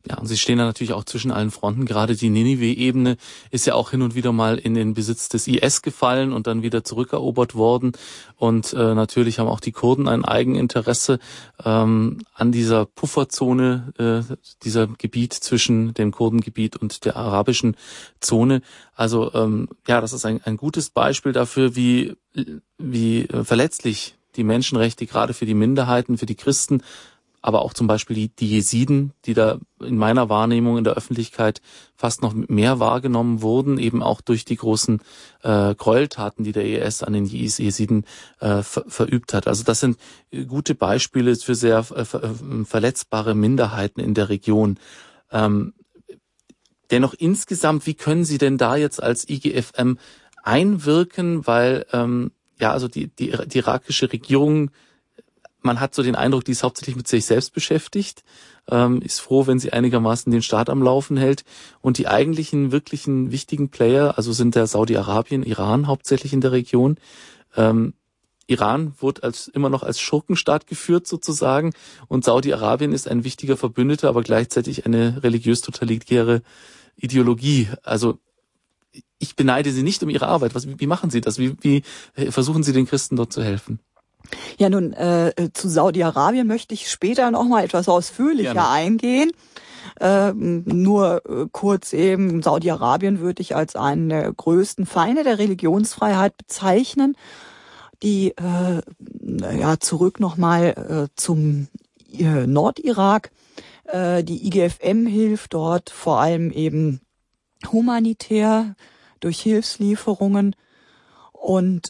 Ja, und sie stehen da natürlich auch zwischen allen Fronten. Gerade die Ninive-Ebene ist ja auch hin und wieder mal in den Besitz des IS gefallen und dann wieder zurückerobert worden. Und natürlich haben auch die Kurden ein Eigeninteresse an dieser Pufferzone, dieser Gebiet zwischen dem Kurdengebiet und der arabischen Zone. Also das ist ein gutes Beispiel dafür, wie verletzlich die Menschenrechte gerade für die Minderheiten, für die Christen, aber auch zum Beispiel die Jesiden, die da in meiner Wahrnehmung in der Öffentlichkeit fast noch mehr wahrgenommen wurden, eben auch durch die großen Gräueltaten, die der IS an den Jesiden verübt hat. Also das sind gute Beispiele für sehr verletzbare Minderheiten in der Region. Dennoch insgesamt, wie können Sie denn da jetzt als IGFM einwirken? Weil also die irakische Regierung, man hat so den Eindruck, die ist hauptsächlich mit sich selbst beschäftigt, ist froh, wenn sie einigermaßen den Staat am Laufen hält. Und die eigentlichen, wirklichen wichtigen Player, also sind der Saudi-Arabien, Iran hauptsächlich in der Region. Iran wird immer noch als Schurkenstaat geführt sozusagen und Saudi-Arabien ist ein wichtiger Verbündeter, aber gleichzeitig eine religiös-totalitäre Ideologie. Also ich beneide Sie nicht um Ihre Arbeit. Wie machen Sie das? Wie versuchen Sie den Christen dort zu helfen? Ja, nun, zu Saudi-Arabien möchte ich später noch mal etwas ausführlicher eingehen. Nur kurz eben, Saudi-Arabien würde ich als einen der größten Feinde der Religionsfreiheit bezeichnen. Die, zurück nochmal zum Nordirak. Die IGFM hilft dort vor allem eben humanitär durch Hilfslieferungen und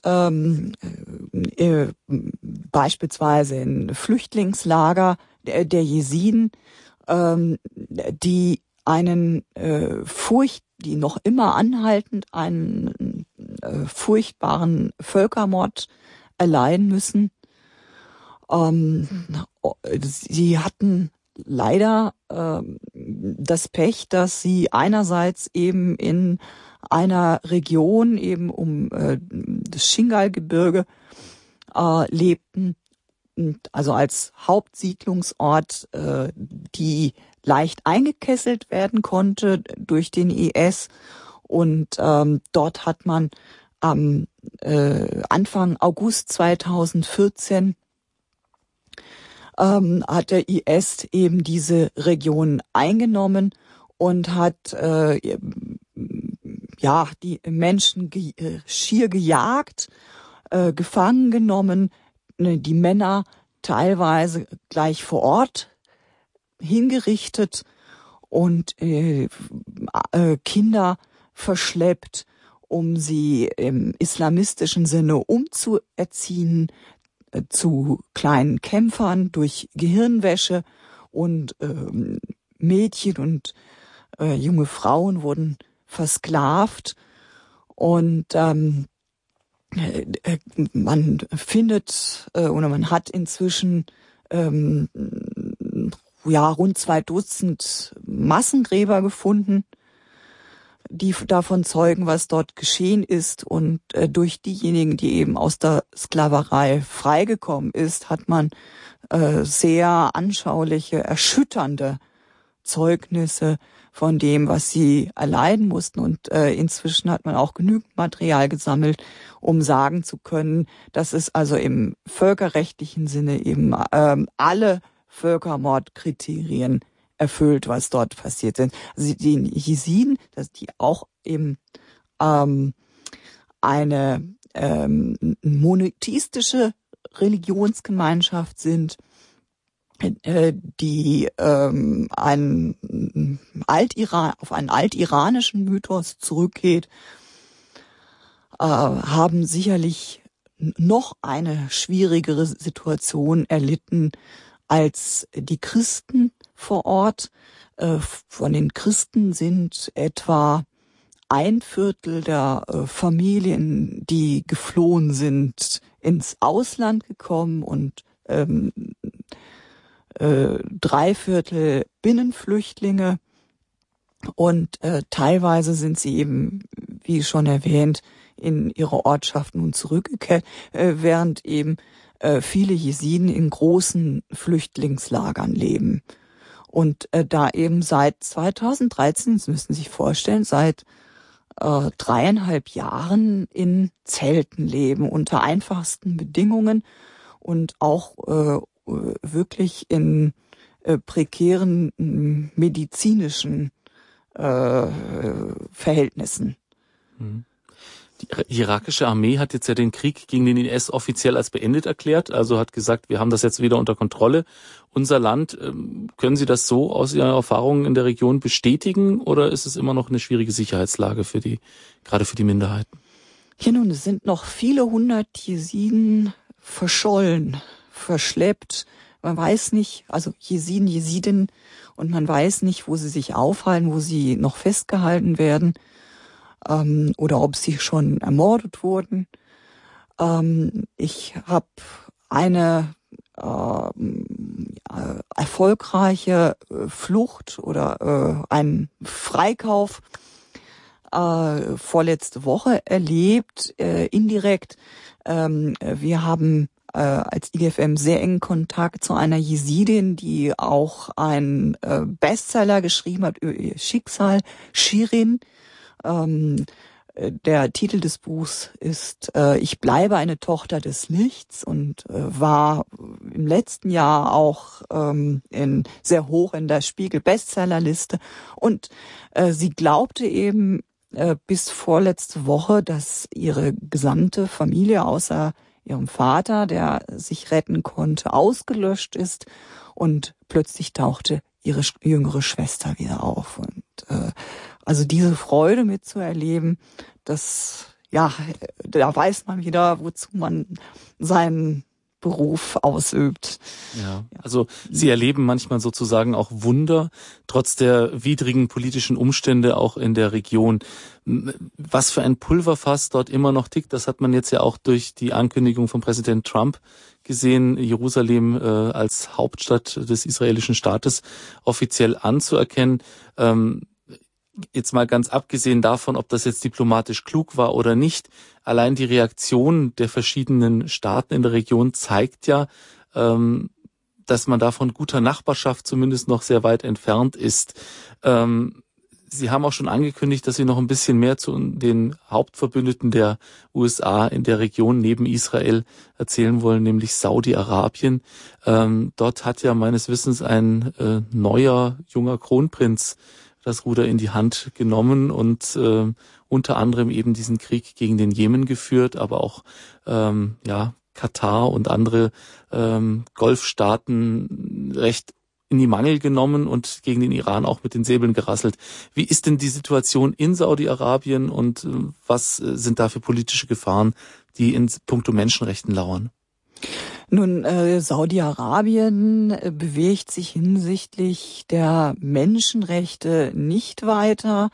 beispielsweise in Flüchtlingslager der Jesiden, die die noch immer anhaltend einen furchtbaren Völkermord erleiden müssen. Sie hatten leider das Pech, dass sie einerseits eben in einer Region eben um das Shingal-Gebirge lebten, also als Hauptsiedlungsort, die leicht eingekesselt werden konnte durch den IS. Und dort hat man am Anfang August 2014 hat der IS eben diese Region eingenommen und hat die Menschen schier gejagt, gefangen genommen, die Männer teilweise gleich vor Ort hingerichtet und Kinder verschleppt, um sie im islamistischen Sinne umzuerziehen zu kleinen Kämpfern durch Gehirnwäsche und Mädchen und junge Frauen wurden versklavt und man findet oder man hat inzwischen rund 2 Dutzend Massengräber gefunden, die davon zeugen, was dort geschehen ist. Und durch diejenigen, die eben aus der Sklaverei freigekommen ist, hat man sehr anschauliche, erschütternde Zeugnisse von dem, was sie erleiden mussten. Und inzwischen hat man auch genügend Material gesammelt, um sagen zu können, dass es also im völkerrechtlichen Sinne eben alle Völkermordkriterien erfüllt, was dort passiert sind. Also die Jesiden, dass die auch eben eine monotheistische Religionsgemeinschaft sind, die auf einen altiranischen Mythos zurückgeht, haben sicherlich noch eine schwierigere Situation erlitten als die Christen vor Ort. Von den Christen sind etwa 1/4 der Familien, die geflohen sind, ins Ausland gekommen und 3/4 Binnenflüchtlinge und teilweise sind sie eben, wie schon erwähnt, in ihre Ortschaften nun zurückgekehrt, während eben viele Jesiden in großen Flüchtlingslagern leben. Und da eben seit 2013, das müssen Sie sich vorstellen, seit 3,5 Jahren in Zelten leben, unter einfachsten Bedingungen und auch wirklich in prekären medizinischen Verhältnissen. Die irakische Armee hat jetzt ja den Krieg gegen den IS offiziell als beendet erklärt, also hat gesagt, wir haben das jetzt wieder unter Kontrolle. Unser Land, können Sie das so aus Ihren Erfahrungen in der Region bestätigen oder ist es immer noch eine schwierige Sicherheitslage gerade für die Minderheiten? Ja, nun, es sind noch viele hundert Jesiden verschollen, verschleppt. Man weiß nicht, also Jesiden, Jesidinnen, und man weiß nicht, wo sie sich aufhalten, wo sie noch festgehalten werden. Oder ob sie schon ermordet wurden. Ich habe eine erfolgreiche Flucht oder einen Freikauf vorletzte Woche erlebt, indirekt. Wir haben als IGFM sehr engen Kontakt zu einer Jesidin, die auch einen Bestseller geschrieben hat über ihr Schicksal, Shirin. Der Titel des Buchs ist Ich bleibe eine Tochter des Lichts und war im letzten Jahr auch sehr hoch in der Spiegel-Bestsellerliste. Und sie glaubte eben bis vorletzte Woche, dass ihre gesamte Familie außer ihrem Vater, der sich retten konnte, ausgelöscht ist. Und plötzlich tauchte ihre jüngere Schwester wieder auf. Und also diese Freude mitzuerleben, das, ja, da weiß man wieder, wozu man seinen Beruf ausübt. Ja, also Sie erleben manchmal sozusagen auch Wunder, trotz der widrigen politischen Umstände auch in der Region. Was für ein Pulverfass dort immer noch tickt, das hat man jetzt ja auch durch die Ankündigung von Präsident Trump gesehen, Jerusalem als Hauptstadt des israelischen Staates offiziell anzuerkennen. Jetzt mal ganz abgesehen davon, ob das jetzt diplomatisch klug war oder nicht, allein die Reaktion der verschiedenen Staaten in der Region zeigt ja, dass man da von guter Nachbarschaft zumindest noch sehr weit entfernt ist. Sie haben auch schon angekündigt, dass Sie noch ein bisschen mehr zu den Hauptverbündeten der USA in der Region neben Israel erzählen wollen, nämlich Saudi-Arabien. Dort hat ja meines Wissens ein neuer junger Kronprinz das Ruder in die Hand genommen und unter anderem eben diesen Krieg gegen den Jemen geführt, aber auch Katar und andere Golfstaaten recht in die Mangel genommen und gegen den Iran auch mit den Säbeln gerasselt. Wie ist denn die Situation in Saudi-Arabien und was sind da für politische Gefahren, die in puncto Menschenrechten lauern? Nun, Saudi-Arabien bewegt sich hinsichtlich der Menschenrechte nicht weiter.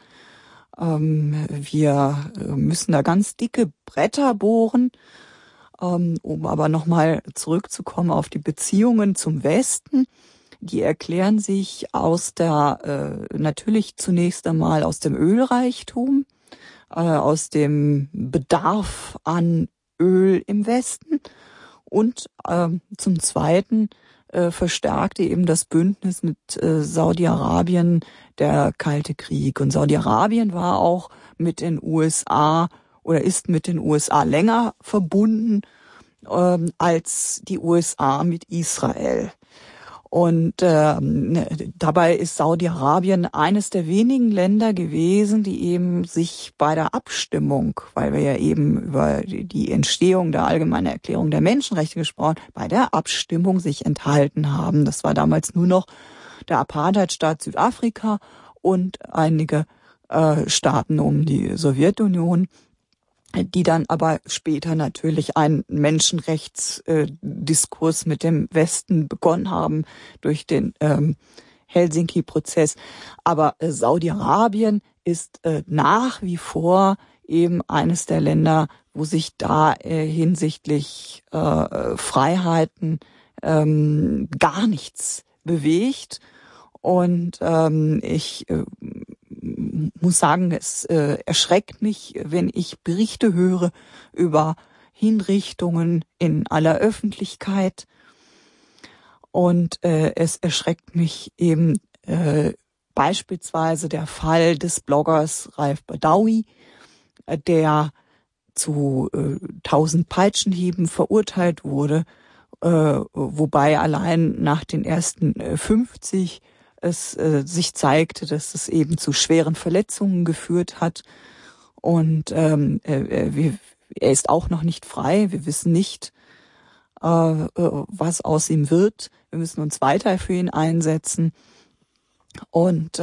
Wir müssen da ganz dicke Bretter bohren, um aber nochmal zurückzukommen auf die Beziehungen zum Westen. Die erklären sich natürlich zunächst einmal aus dem Ölreichtum, aus dem Bedarf an Öl im Westen. Und zum Zweiten verstärkte eben das Bündnis mit Saudi-Arabien der Kalte Krieg. Und Saudi-Arabien war auch mit den USA oder ist mit den USA länger verbunden als die USA mit Israel. Und dabei ist Saudi-Arabien eines der wenigen Länder gewesen, die eben sich bei der Abstimmung, weil wir ja eben über die Entstehung der Allgemeinen Erklärung der Menschenrechte gesprochen, bei der Abstimmung sich enthalten haben. Das war damals nur noch der Apartheidstaat Südafrika und einige Staaten um die Sowjetunion, die dann aber später natürlich einen Menschenrechtsdiskurs mit dem Westen begonnen haben durch den Helsinki-Prozess. Aber Saudi-Arabien ist nach wie vor eben eines der Länder, wo sich da hinsichtlich Freiheiten gar nichts bewegt. Und ich muss sagen, es erschreckt mich, wenn ich Berichte höre über Hinrichtungen in aller Öffentlichkeit. Und es erschreckt mich eben beispielsweise der Fall des Bloggers Raif Badawi, der zu 1000 Peitschenhieben verurteilt wurde, wobei allein nach den ersten 50 es sich zeigte, dass es eben zu schweren Verletzungen geführt hat. Und er ist auch noch nicht frei. Wir wissen nicht, was aus ihm wird. Wir müssen uns weiter für ihn einsetzen. Und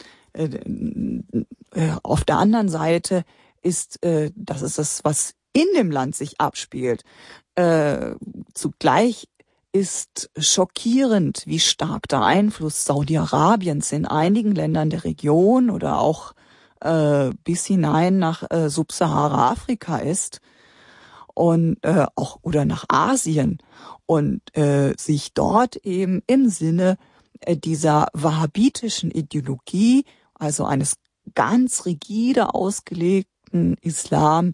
auf der anderen Seite ist, das ist das, was in dem Land sich abspielt. Zugleich ist schockierend, wie stark der Einfluss Saudi-Arabiens in einigen Ländern der Region oder auch bis hinein nach Subsahara-Afrika ist und auch oder nach Asien und sich dort eben im Sinne dieser wahhabitischen Ideologie, also eines ganz rigide ausgelegten Islam,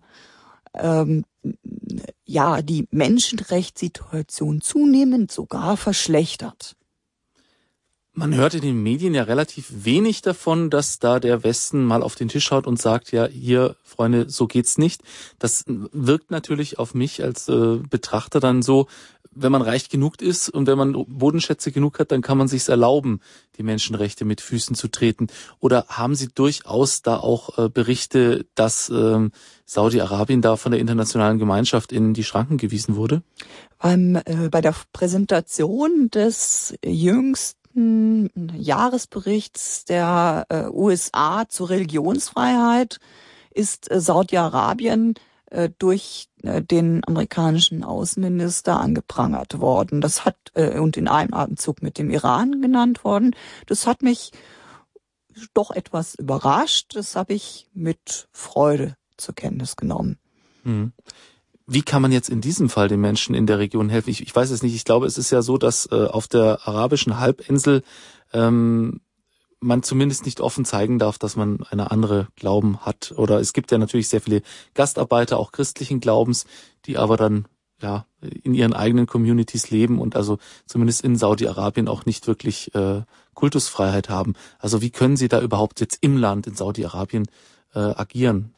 die Menschenrechtssituation zunehmend sogar verschlechtert. Man hört in den Medien ja relativ wenig davon, dass da der Westen mal auf den Tisch schaut und sagt, ja, hier, Freunde, so geht's nicht. Das wirkt natürlich auf mich als Betrachter dann so, wenn man reich genug ist und wenn man Bodenschätze genug hat, dann kann man sich's erlauben, die Menschenrechte mit Füßen zu treten. Oder haben Sie durchaus da auch Berichte, dass Saudi-Arabien da von der internationalen Gemeinschaft in die Schranken gewiesen wurde? Bei der Präsentation des jüngsten Jahresberichts der USA zur Religionsfreiheit ist Saudi-Arabien durch den amerikanischen Außenminister angeprangert worden. Das hat und in einem Atemzug mit dem Iran genannt worden. Das hat mich doch etwas überrascht. Das habe ich mit Freude zur Kenntnis genommen. Wie kann man jetzt in diesem Fall den Menschen in der Region helfen? Ich weiß es nicht. Ich glaube, es ist ja so, dass auf der arabischen Halbinsel man zumindest nicht offen zeigen darf, dass man eine andere Glauben hat. Oder es gibt ja natürlich sehr viele Gastarbeiter, auch christlichen Glaubens, die aber dann ja in ihren eigenen Communities leben und also zumindest in Saudi-Arabien auch nicht wirklich Kultusfreiheit haben. Also wie können Sie da überhaupt jetzt im Land in Saudi-Arabien agieren?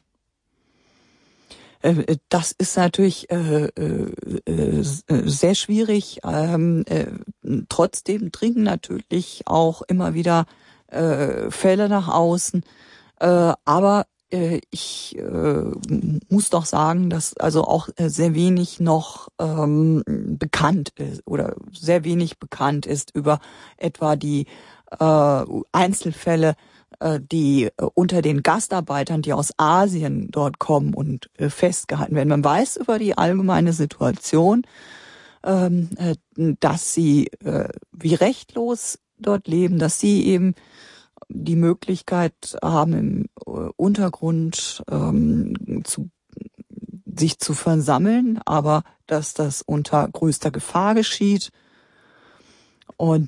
Das ist natürlich sehr schwierig. Trotzdem dringen natürlich auch immer wieder Fälle nach außen. Aber ich muss doch sagen, dass also auch sehr wenig noch bekannt ist oder sehr wenig bekannt ist über etwa die Einzelfälle, die unter den Gastarbeitern, die aus Asien dort kommen und festgehalten werden. Man weiß über die allgemeine Situation, dass sie wie rechtlos dort leben, dass sie eben die Möglichkeit haben, im Untergrund sich zu versammeln, aber dass das unter größter Gefahr geschieht. Und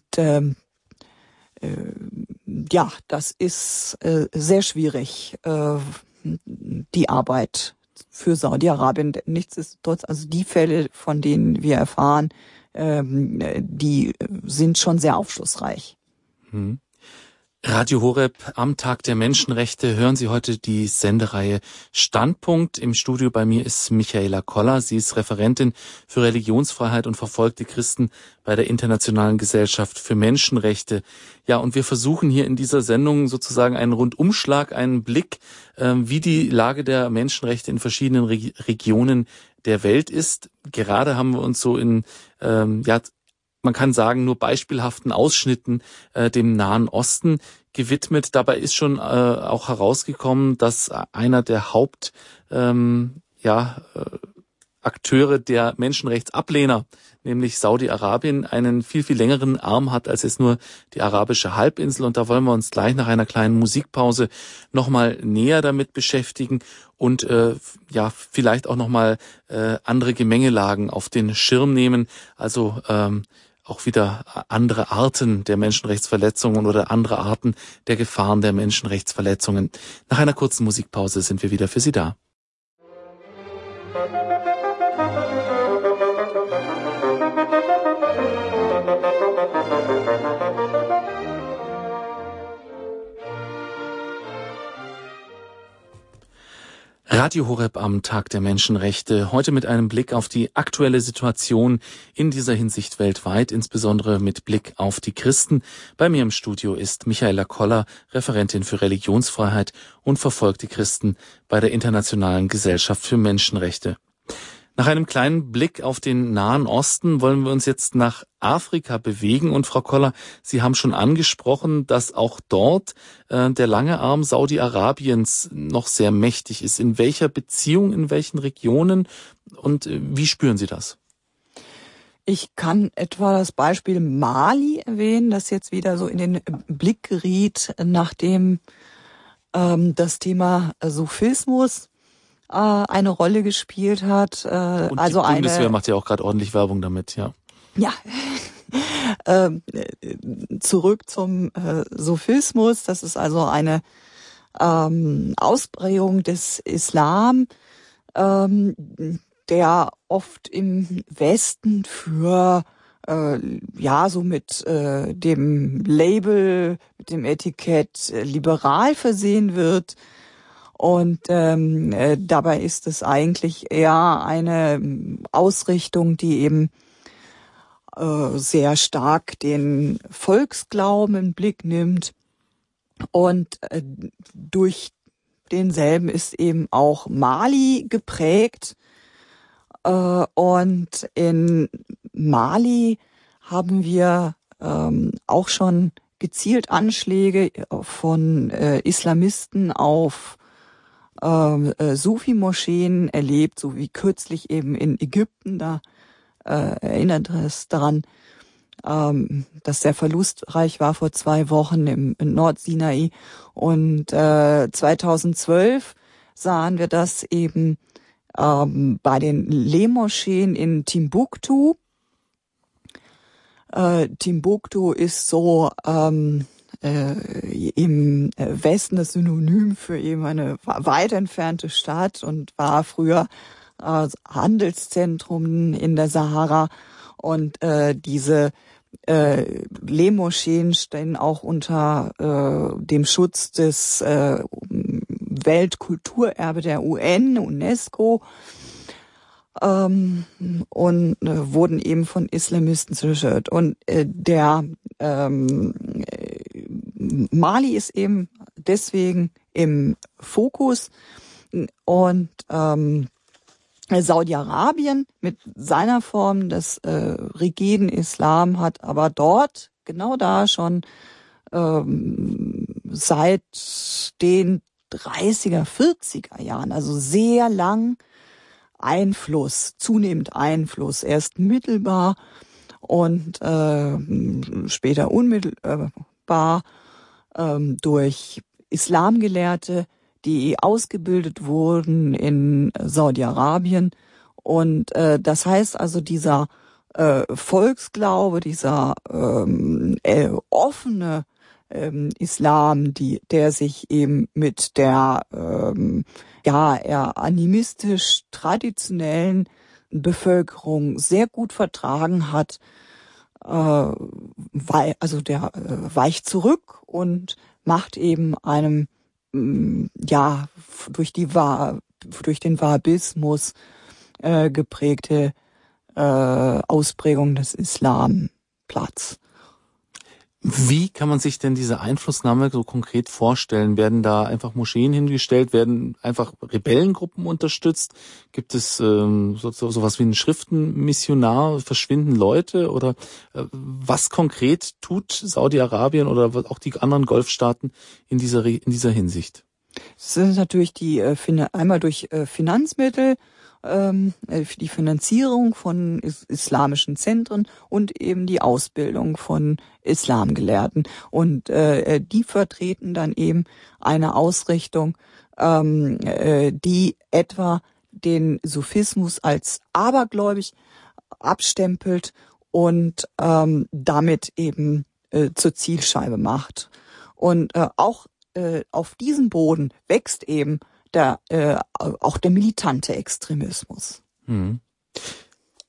das ist sehr schwierig, die Arbeit für Saudi-Arabien. Nichtsdestotrotz, also die Fälle, von denen wir erfahren, die sind schon sehr aufschlussreich. Radio Horeb am Tag der Menschenrechte hören Sie heute die Sendereihe Standpunkt. Im Studio bei mir ist Michaela Koller. Sie ist Referentin für Religionsfreiheit und verfolgte Christen bei der Internationalen Gesellschaft für Menschenrechte. Ja, und wir versuchen hier in dieser Sendung sozusagen einen Rundumschlag, einen Blick, wie die Lage der Menschenrechte in verschiedenen Regionen der Welt ist. Gerade haben wir uns so in, man kann sagen, nur beispielhaften Ausschnitten dem Nahen Osten gewidmet. Dabei ist schon auch herausgekommen, dass einer der Akteure der Menschenrechtsablehner, nämlich Saudi-Arabien, einen viel, viel längeren Arm hat als jetzt nur die arabische Halbinsel. Und da wollen wir uns gleich nach einer kleinen Musikpause nochmal näher damit beschäftigen und vielleicht auch nochmal andere Gemengelagen auf den Schirm nehmen. Also auch wieder andere Arten der Menschenrechtsverletzungen oder andere Arten der Gefahren der Menschenrechtsverletzungen. Nach einer kurzen Musikpause sind wir wieder für Sie da. Radio Horeb am Tag der Menschenrechte. Heute mit einem Blick auf die aktuelle Situation in dieser Hinsicht weltweit, insbesondere mit Blick auf die Christen. Bei mir im Studio ist Michaela Koller, Referentin für Religionsfreiheit und verfolgte Christen bei der Internationalen Gesellschaft für Menschenrechte. Nach einem kleinen Blick auf den Nahen Osten wollen wir uns jetzt nach Afrika bewegen. Und Frau Koller, Sie haben schon angesprochen, dass auch dort der lange Arm Saudi-Arabiens noch sehr mächtig ist. In welcher Beziehung, in welchen Regionen und wie spüren Sie das? Ich kann etwa das Beispiel Mali erwähnen, das jetzt wieder so in den Blick geriet, nachdem das Thema Sufismus eine Rolle gespielt hat. Und also die Bundeswehr macht ja auch gerade ordentlich Werbung damit, ja. Ja, zurück zum Sufismus. Das ist also eine Ausprägung des Islam, der oft im Westen für so mit dem Label, mit dem Etikett liberal versehen wird. Und dabei ist es eigentlich eher eine Ausrichtung, die eben sehr stark den Volksglauben in den Blick nimmt. Und durch denselben ist eben auch Mali geprägt. Und in Mali haben wir auch schon gezielt Anschläge von Islamisten auf Sufi-Moscheen erlebt, so wie kürzlich eben in Ägypten. Da erinnert es daran, dass sehr verlustreich war vor 2 Wochen im Nordsinai. Und 2012 sahen wir das eben bei den Le-Moscheen in Timbuktu. Timbuktu ist so im Westen das Synonym für eben eine weit entfernte Stadt und war früher Handelszentrum in der Sahara. Und diese Le-Moscheen stehen auch unter dem Schutz des Weltkulturerbe der UN, UNESCO, und wurden eben von Islamisten zerstört. Und der Mali ist eben deswegen im Fokus und Saudi-Arabien mit seiner Form des rigiden Islam hat aber dort, genau da schon seit den 30er, 40er Jahren, also sehr lang zunehmend Einfluss, erst mittelbar und später unmittelbar durch Islamgelehrte, die ausgebildet wurden in Saudi-Arabien. Und das heißt also, dieser Volksglaube, dieser offene Islam, der sich eben mit der eher animistisch traditionellen Bevölkerung sehr gut vertragen hat, der weicht zurück und macht eben einem durch den Wahhabismus geprägte Ausprägung des Islam Platz. Wie kann man sich denn diese Einflussnahme so konkret vorstellen? Werden da einfach Moscheen hingestellt? Werden einfach Rebellengruppen unterstützt? Gibt es sowas wie einen Schriftenmissionar? Verschwinden Leute? Oder was konkret tut Saudi-Arabien oder auch die anderen Golfstaaten in dieser Hinsicht? Es sind natürlich einmal durch Finanzmittel, die Finanzierung von islamischen Zentren und eben die Ausbildung von Islamgelehrten. Und die vertreten dann eben eine Ausrichtung, die etwa den Sufismus als abergläubig abstempelt und damit eben zur Zielscheibe macht. Und auch auf diesem Boden wächst eben auch der militante Extremismus.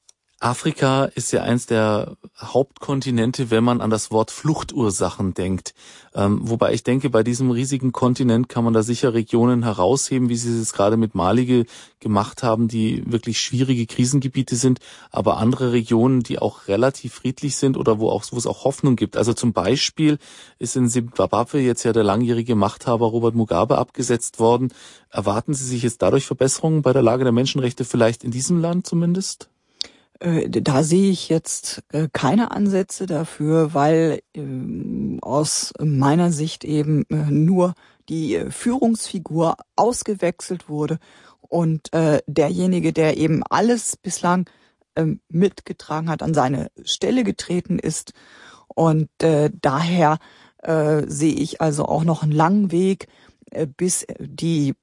Afrika ist ja eins der Hauptkontinente, wenn man an das Wort Fluchtursachen denkt. Wobei ich denke, bei diesem riesigen Kontinent kann man da sicher Regionen herausheben, wie Sie es gerade mit Mali gemacht haben, die wirklich schwierige Krisengebiete sind, aber andere Regionen, die auch relativ friedlich sind oder wo es auch Hoffnung gibt. Also zum Beispiel ist in Simbabwe jetzt ja der langjährige Machthaber Robert Mugabe abgesetzt worden. Erwarten Sie sich jetzt dadurch Verbesserungen bei der Lage der Menschenrechte vielleicht in diesem Land zumindest? Da sehe ich jetzt keine Ansätze dafür, weil aus meiner Sicht eben nur die Führungsfigur ausgewechselt wurde und derjenige, der eben alles bislang mitgetragen hat, an seine Stelle getreten ist. Und daher sehe ich also auch noch einen langen Weg, bis die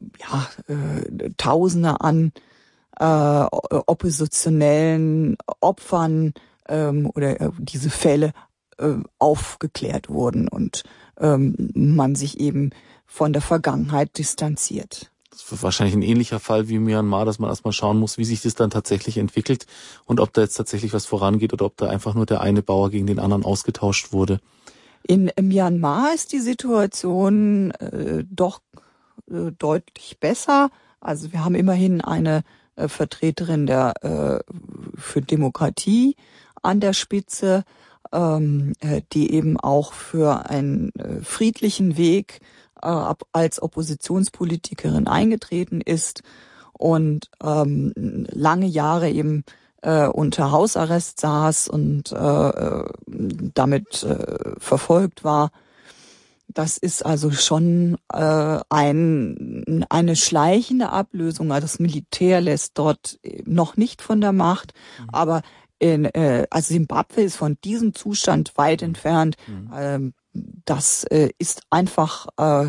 Tausende an oppositionellen Opfern oder diese Fälle aufgeklärt wurden und man sich eben von der Vergangenheit distanziert. Das ist wahrscheinlich ein ähnlicher Fall wie Myanmar, dass man erstmal schauen muss, wie sich das dann tatsächlich entwickelt und ob da jetzt tatsächlich was vorangeht oder ob da einfach nur der eine Bauer gegen den anderen ausgetauscht wurde. In Myanmar ist die Situation doch deutlich besser. Also wir haben immerhin eine Vertreterin der für Demokratie an der Spitze, die eben auch für einen friedlichen Weg als Oppositionspolitikerin eingetreten ist und lange Jahre eben unter Hausarrest saß und damit verfolgt war. Das ist also schon eine schleichende Ablösung. Also das Militär lässt dort noch nicht von der Macht, aber also Simbabwe ist von diesem Zustand weit entfernt. Das ist einfach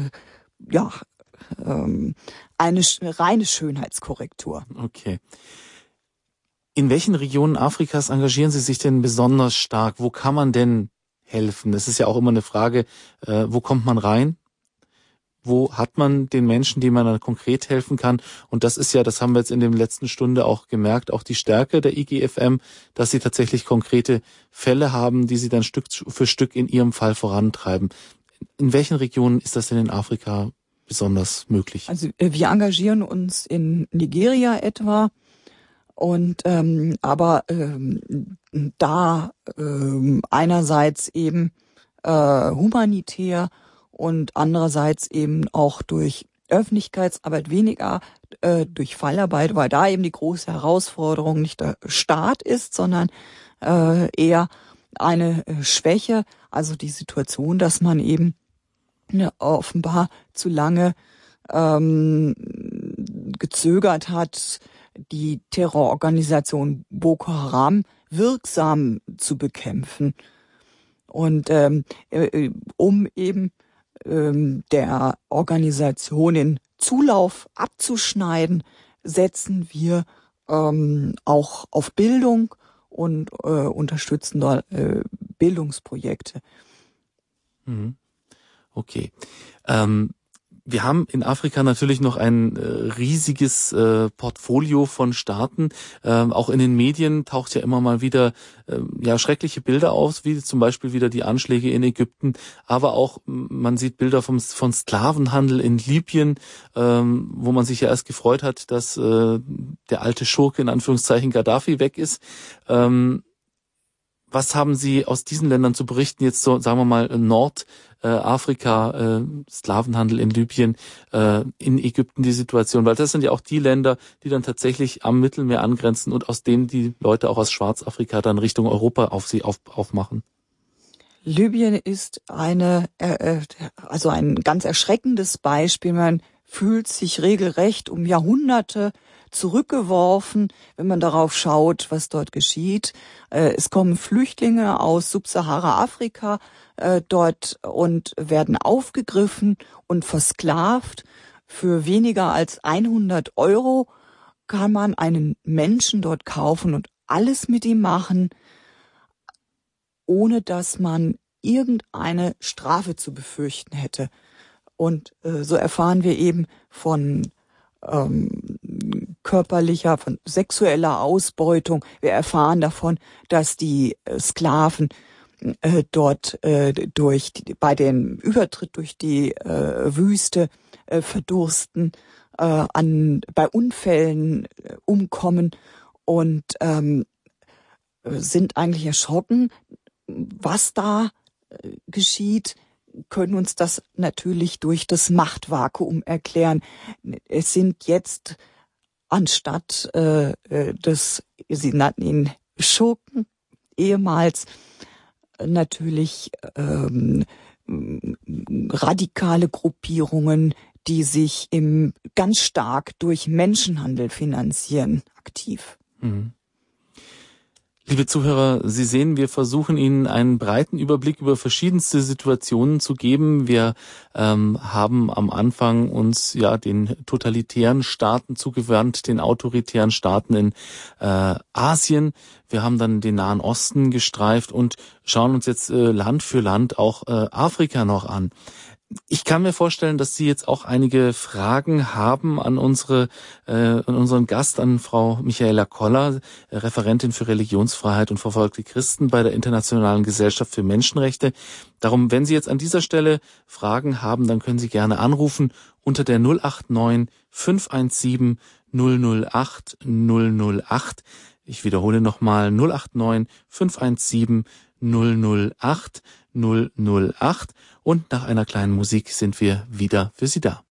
eine reine Schönheitskorrektur. Okay. In welchen Regionen Afrikas engagieren Sie sich denn besonders stark? Wo kann man denn helfen? Das ist ja auch immer eine Frage, wo kommt man rein? Wo hat man den Menschen, denen man dann konkret helfen kann? Und das ist ja, das haben wir jetzt in der letzten Stunde auch gemerkt, auch die Stärke der IGFM, dass sie tatsächlich konkrete Fälle haben, die sie dann Stück für Stück in ihrem Fall vorantreiben. In welchen Regionen ist das denn in Afrika besonders möglich? Also wir engagieren uns in Nigeria etwa. Und aber da einerseits eben humanitär und andererseits eben auch durch Öffentlichkeitsarbeit, weniger durch Fallarbeit, weil da eben die große Herausforderung nicht der Staat ist, sondern eher eine Schwäche, also die Situation, dass man eben offenbar zu lange gezögert hat, die Terrororganisation Boko Haram wirksam zu bekämpfen. Und um eben der Organisation den Zulauf abzuschneiden, setzen wir auch auf Bildung und unterstützen dort Bildungsprojekte. Okay. Wir haben in Afrika natürlich noch ein riesiges Portfolio von Staaten. Auch in den Medien taucht ja immer mal wieder schreckliche Bilder auf, wie zum Beispiel wieder die Anschläge in Ägypten. Aber auch man sieht Bilder von Sklavenhandel in Libyen, wo man sich ja erst gefreut hat, dass der alte Schurke in Anführungszeichen Gaddafi weg ist. Was haben Sie aus diesen Ländern zu berichten? Jetzt so, sagen wir mal, Nordafrika, Sklavenhandel in Libyen, in Ägypten die Situation, weil das sind ja auch die Länder, die dann tatsächlich am Mittelmeer angrenzen und aus denen die Leute auch aus Schwarzafrika dann Richtung Europa aufmachen. Libyen ist ein ganz erschreckendes Beispiel. Man fühlt sich regelrecht um Jahrhunderte zurückgeworfen, wenn man darauf schaut, was dort geschieht. Es kommen Flüchtlinge aus Subsahara-Afrika dort und werden aufgegriffen und versklavt. Für weniger als 100 € kann man einen Menschen dort kaufen und alles mit ihm machen, ohne dass man irgendeine Strafe zu befürchten hätte. Und so erfahren wir eben von körperlicher, von sexueller Ausbeutung. Wir erfahren davon, dass die Sklaven dort bei dem Übertritt durch die Wüste verdursten, bei Unfällen umkommen und sind eigentlich erschrocken, was da geschieht, können uns das natürlich durch das Machtvakuum erklären. Es sind jetzt anstatt sie nannten ihn Schurken ehemals, natürlich radikale Gruppierungen, die sich ganz stark durch Menschenhandel finanzieren, aktiv. Mhm. Liebe Zuhörer, Sie sehen, wir versuchen Ihnen einen breiten Überblick über verschiedenste Situationen zu geben. Wir haben am Anfang uns den totalitären Staaten zugewandt, den autoritären Staaten in Asien. Wir haben dann den Nahen Osten gestreift und schauen uns jetzt Land für Land auch Afrika noch an. Ich kann mir vorstellen, dass Sie jetzt auch einige Fragen haben an unseren Gast, an Frau Michaela Koller, Referentin für Religionsfreiheit und verfolgte Christen bei der Internationalen Gesellschaft für Menschenrechte. Darum, wenn Sie jetzt an dieser Stelle Fragen haben, dann können Sie gerne anrufen unter der 089 517 008 008. Ich wiederhole nochmal 089 517 008 008 und nach einer kleinen Musik sind wir wieder für Sie da.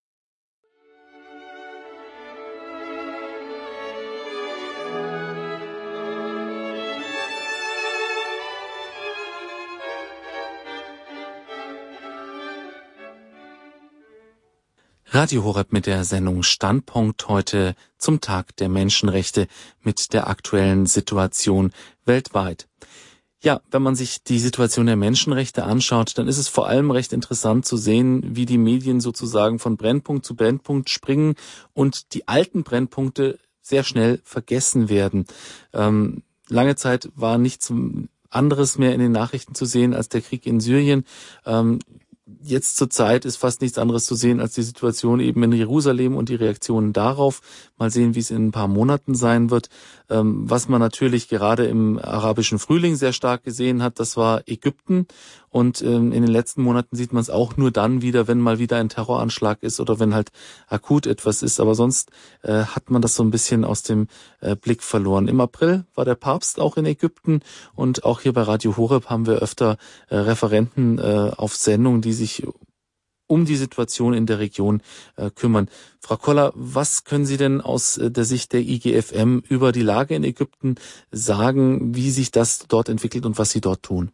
Radio Horeb mit der Sendung Standpunkt heute zum Tag der Menschenrechte mit der aktuellen Situation weltweit. Ja, wenn man sich die Situation der Menschenrechte anschaut, dann ist es vor allem recht interessant zu sehen, wie die Medien sozusagen von Brennpunkt zu Brennpunkt springen und die alten Brennpunkte sehr schnell vergessen werden. Lange Zeit war nichts anderes mehr in den Nachrichten zu sehen als der Krieg in Syrien. Jetzt zur Zeit ist fast nichts anderes zu sehen als die Situation eben in Jerusalem und die Reaktionen darauf. Mal sehen, wie es in ein paar Monaten sein wird. Was man natürlich gerade im arabischen Frühling sehr stark gesehen hat, das war Ägypten. Und in den letzten Monaten sieht man es auch nur dann wieder, wenn mal wieder ein Terroranschlag ist oder wenn halt akut etwas ist. Aber sonst hat man das so ein bisschen aus dem Blick verloren. Im April war der Papst auch in Ägypten und auch hier bei Radio Horeb haben wir öfter Referenten auf Sendung, die sich um die Situation in der Region kümmern. Frau Koller, was können Sie denn aus der Sicht der IGFM über die Lage in Ägypten sagen, wie sich das dort entwickelt und was Sie dort tun?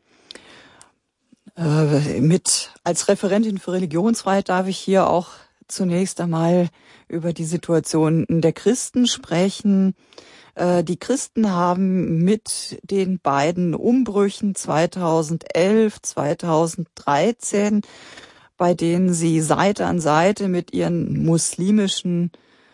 Als Referentin für Religionsfreiheit darf ich hier auch zunächst einmal über die Situation der Christen sprechen. Die Christen haben mit den beiden Umbrüchen 2011, 2013, bei denen sie Seite an Seite mit ihren muslimischen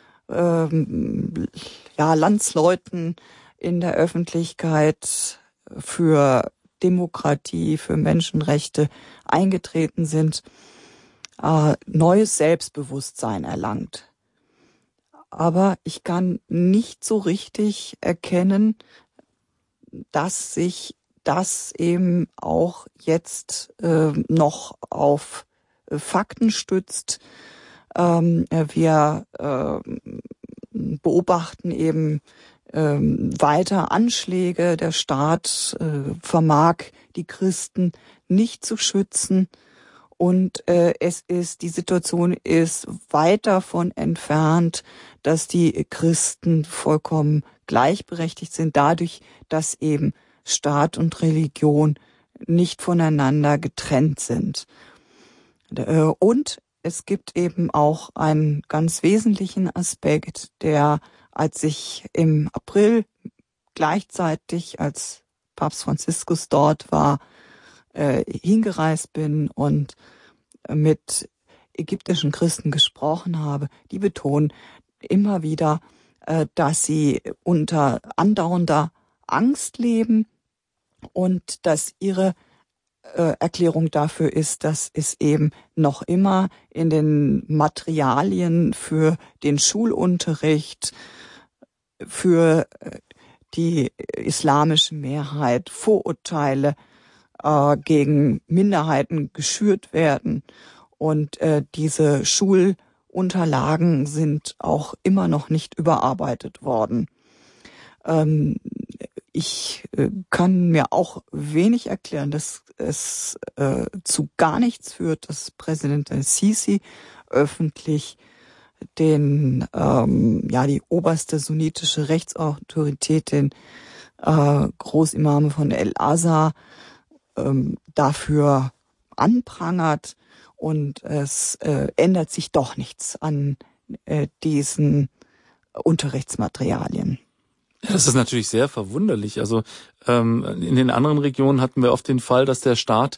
Landsleuten in der Öffentlichkeit für Demokratie, für Menschenrechte eingetreten sind, neues Selbstbewusstsein erlangt. Aber ich kann nicht so richtig erkennen, dass sich das eben auch jetzt noch auf Fakten stützt. Wir beobachten eben weiter Anschläge. Der Staat vermag die Christen nicht zu schützen. Und die Situation ist weit davon entfernt, dass die Christen vollkommen gleichberechtigt sind, dadurch, dass eben Staat und Religion nicht voneinander getrennt sind. Und es gibt eben auch einen ganz wesentlichen Aspekt, der, als ich im April gleichzeitig, als Papst Franziskus dort war, hingereist bin und mit ägyptischen Christen gesprochen habe, die betonen immer wieder, dass sie unter andauernder Angst leben und dass ihre Erklärung dafür ist, dass es eben noch immer in den Materialien für den Schulunterricht, für die islamische Mehrheit Vorurteile gegen Minderheiten geschürt werden. Und diese Schulunterlagen sind auch immer noch nicht überarbeitet worden. Ich kann mir auch wenig erklären, dass es zu gar nichts führt, dass Präsident al-Sisi öffentlich die oberste sunnitische Rechtsautorität, den Großimam von El-Azhar, dafür anprangert, und es ändert sich doch nichts an diesen Unterrichtsmaterialien. Das ist natürlich sehr verwunderlich. Also in den anderen Regionen hatten wir oft den Fall, dass der Staat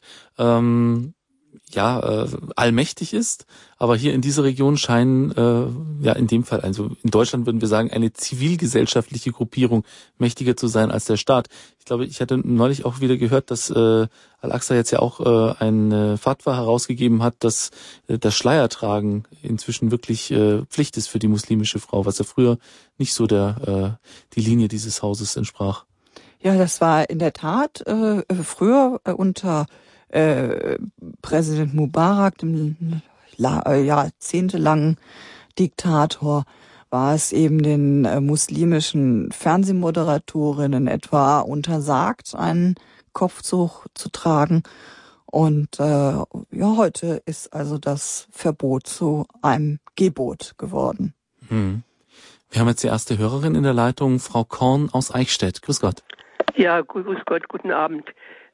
allmächtig ist, aber hier in dieser Region scheinen, in dem Fall, also in Deutschland würden wir sagen, eine zivilgesellschaftliche Gruppierung mächtiger zu sein als der Staat. Ich glaube, ich hatte neulich auch wieder gehört, dass Al-Aqsa jetzt ja auch eine Fatwa herausgegeben hat, dass das Schleiertragen inzwischen wirklich Pflicht ist für die muslimische Frau, was ja früher nicht so die Linie dieses Hauses entsprach. Ja, das war in der Tat früher unter Präsident Mubarak, dem jahrzehntelangen Diktator, war es eben den muslimischen Fernsehmoderatorinnen etwa untersagt, einen Kopftuch zu tragen. Und heute ist also das Verbot zu einem Gebot geworden. Wir haben jetzt die erste Hörerin in der Leitung, Frau Korn aus Eichstätt. Grüß Gott. Ja, grüß Gott, guten Abend.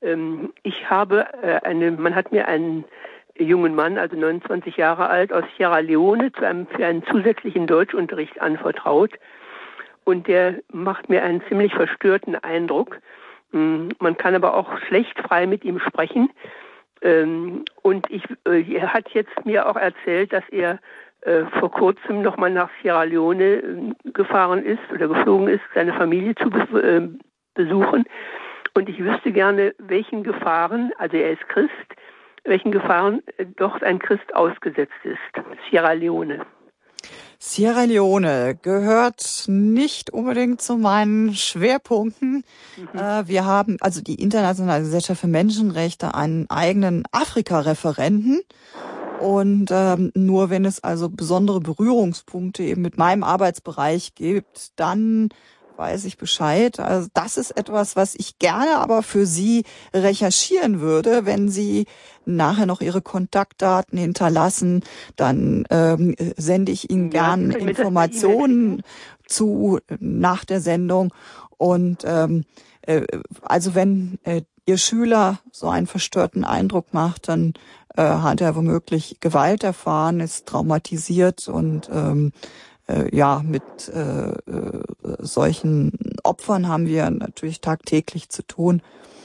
Man hat mir einen jungen Mann, also 29 Jahre alt, aus Sierra Leone für einen zusätzlichen Deutschunterricht anvertraut. Und der macht mir einen ziemlich verstörten Eindruck. Man kann aber auch schlecht frei mit ihm sprechen. Und er hat jetzt mir auch erzählt, dass er vor kurzem nochmal nach Sierra Leone gefahren ist oder geflogen ist, seine Familie zu besuchen. Und ich wüsste gerne, welchen Gefahren, also er ist Christ, welchen Gefahren dort ein Christ ausgesetzt ist. Sierra Leone. Sierra Leone gehört nicht unbedingt zu meinen Schwerpunkten. Wir haben, also die Internationale Gesellschaft für Menschenrechte, einen eigenen Afrika-Referenten. Und nur wenn es also besondere Berührungspunkte eben mit meinem Arbeitsbereich gibt, dann weiß ich Bescheid. Also das ist etwas, was ich gerne aber für Sie recherchieren würde. Wenn Sie nachher noch Ihre Kontaktdaten hinterlassen, dann sende ich Ihnen gern Informationen zu nach der Sendung. Und also wenn Ihr Schüler so einen verstörten Eindruck macht, dann hat er womöglich Gewalt erfahren, ist traumatisiert und mit solchen Opfern haben wir natürlich tagtäglich zu tun.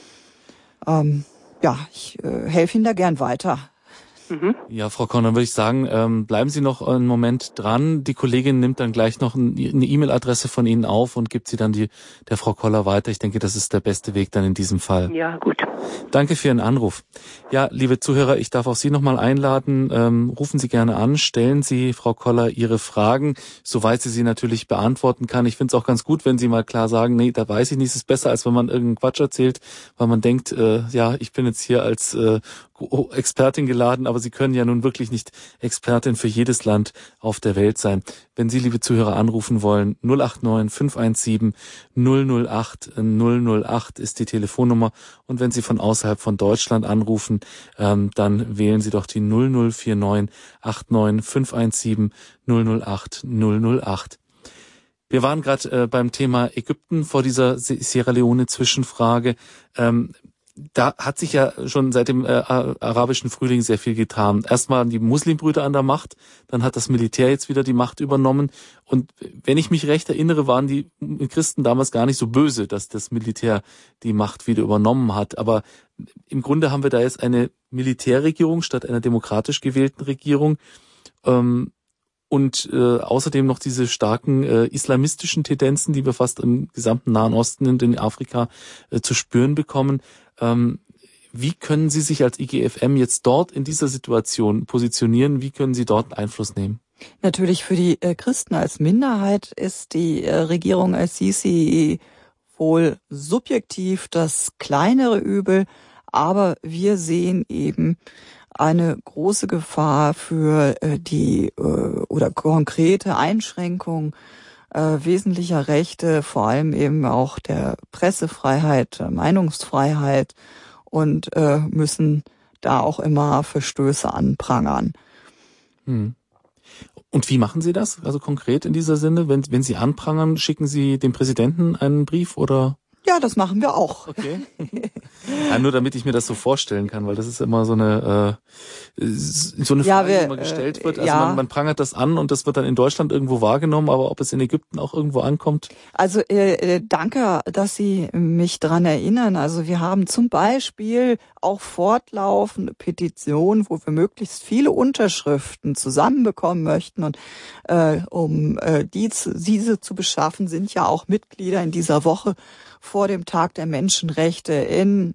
Ich helfe Ihnen da gern weiter. Ja, Frau Korn, dann würde ich sagen, bleiben Sie noch einen Moment dran. Die Kollegin nimmt dann gleich noch eine E-Mail-Adresse von Ihnen auf und gibt sie dann der Frau Koller weiter. Ich denke, das ist der beste Weg dann in diesem Fall. Ja, gut. Danke für Ihren Anruf. Ja, liebe Zuhörer, ich darf auch Sie nochmal einladen. Rufen Sie gerne an, stellen Sie Frau Koller Ihre Fragen, soweit sie natürlich beantworten kann. Ich finde es auch ganz gut, wenn Sie mal klar sagen, nee, da weiß ich nicht, es ist besser, als wenn man irgendeinen Quatsch erzählt, weil man denkt, ich bin jetzt hier als Expertin geladen, aber Sie können ja nun wirklich nicht Expertin für jedes Land auf der Welt sein. Wenn Sie, liebe Zuhörer, anrufen wollen, 089 517 008 008 ist die Telefonnummer. Und wenn Sie von außerhalb von Deutschland anrufen, dann wählen Sie doch die 0049 89 517 008 008. Wir waren gerade beim Thema Ägypten vor dieser Sierra Leone Zwischenfrage. Da hat sich ja schon seit dem arabischen Frühling sehr viel getan. Erst waren die Muslimbrüder an der Macht, dann hat das Militär jetzt wieder die Macht übernommen. Und wenn ich mich recht erinnere, waren die Christen damals gar nicht so böse, dass das Militär die Macht wieder übernommen hat. Aber im Grunde haben wir da jetzt eine Militärregierung statt einer demokratisch gewählten Regierung. Und außerdem noch diese starken islamistischen Tendenzen, die wir fast im gesamten Nahen Osten und in Afrika zu spüren bekommen. Wie können Sie sich als IGFM jetzt dort in dieser Situation positionieren? Wie können Sie dort Einfluss nehmen? Natürlich für die Christen als Minderheit ist die Regierung al-Sisi wohl subjektiv das kleinere Übel, aber wir sehen eben eine große Gefahr für die oder konkrete Einschränkung wesentlicher Rechte, vor allem eben auch der Pressefreiheit, Meinungsfreiheit und müssen da auch immer Verstöße anprangern. Und wie machen Sie das? Also konkret in dieser Sinne, wenn Sie anprangern, schicken Sie dem Präsidenten einen Brief oder? Ja, das machen wir auch. Okay. Ja, nur damit ich mir das so vorstellen kann, weil das ist immer so eine Frage, die immer gestellt wird. Also man prangert das an und das wird dann in Deutschland irgendwo wahrgenommen, aber ob es in Ägypten auch irgendwo ankommt? Also danke, dass Sie mich daran erinnern. Also wir haben zum Beispiel auch fortlaufende Petitionen, wo wir möglichst viele Unterschriften zusammenbekommen möchten. Und um diese zu beschaffen, sind ja auch Mitglieder in dieser Woche vor dem Tag der Menschenrechte in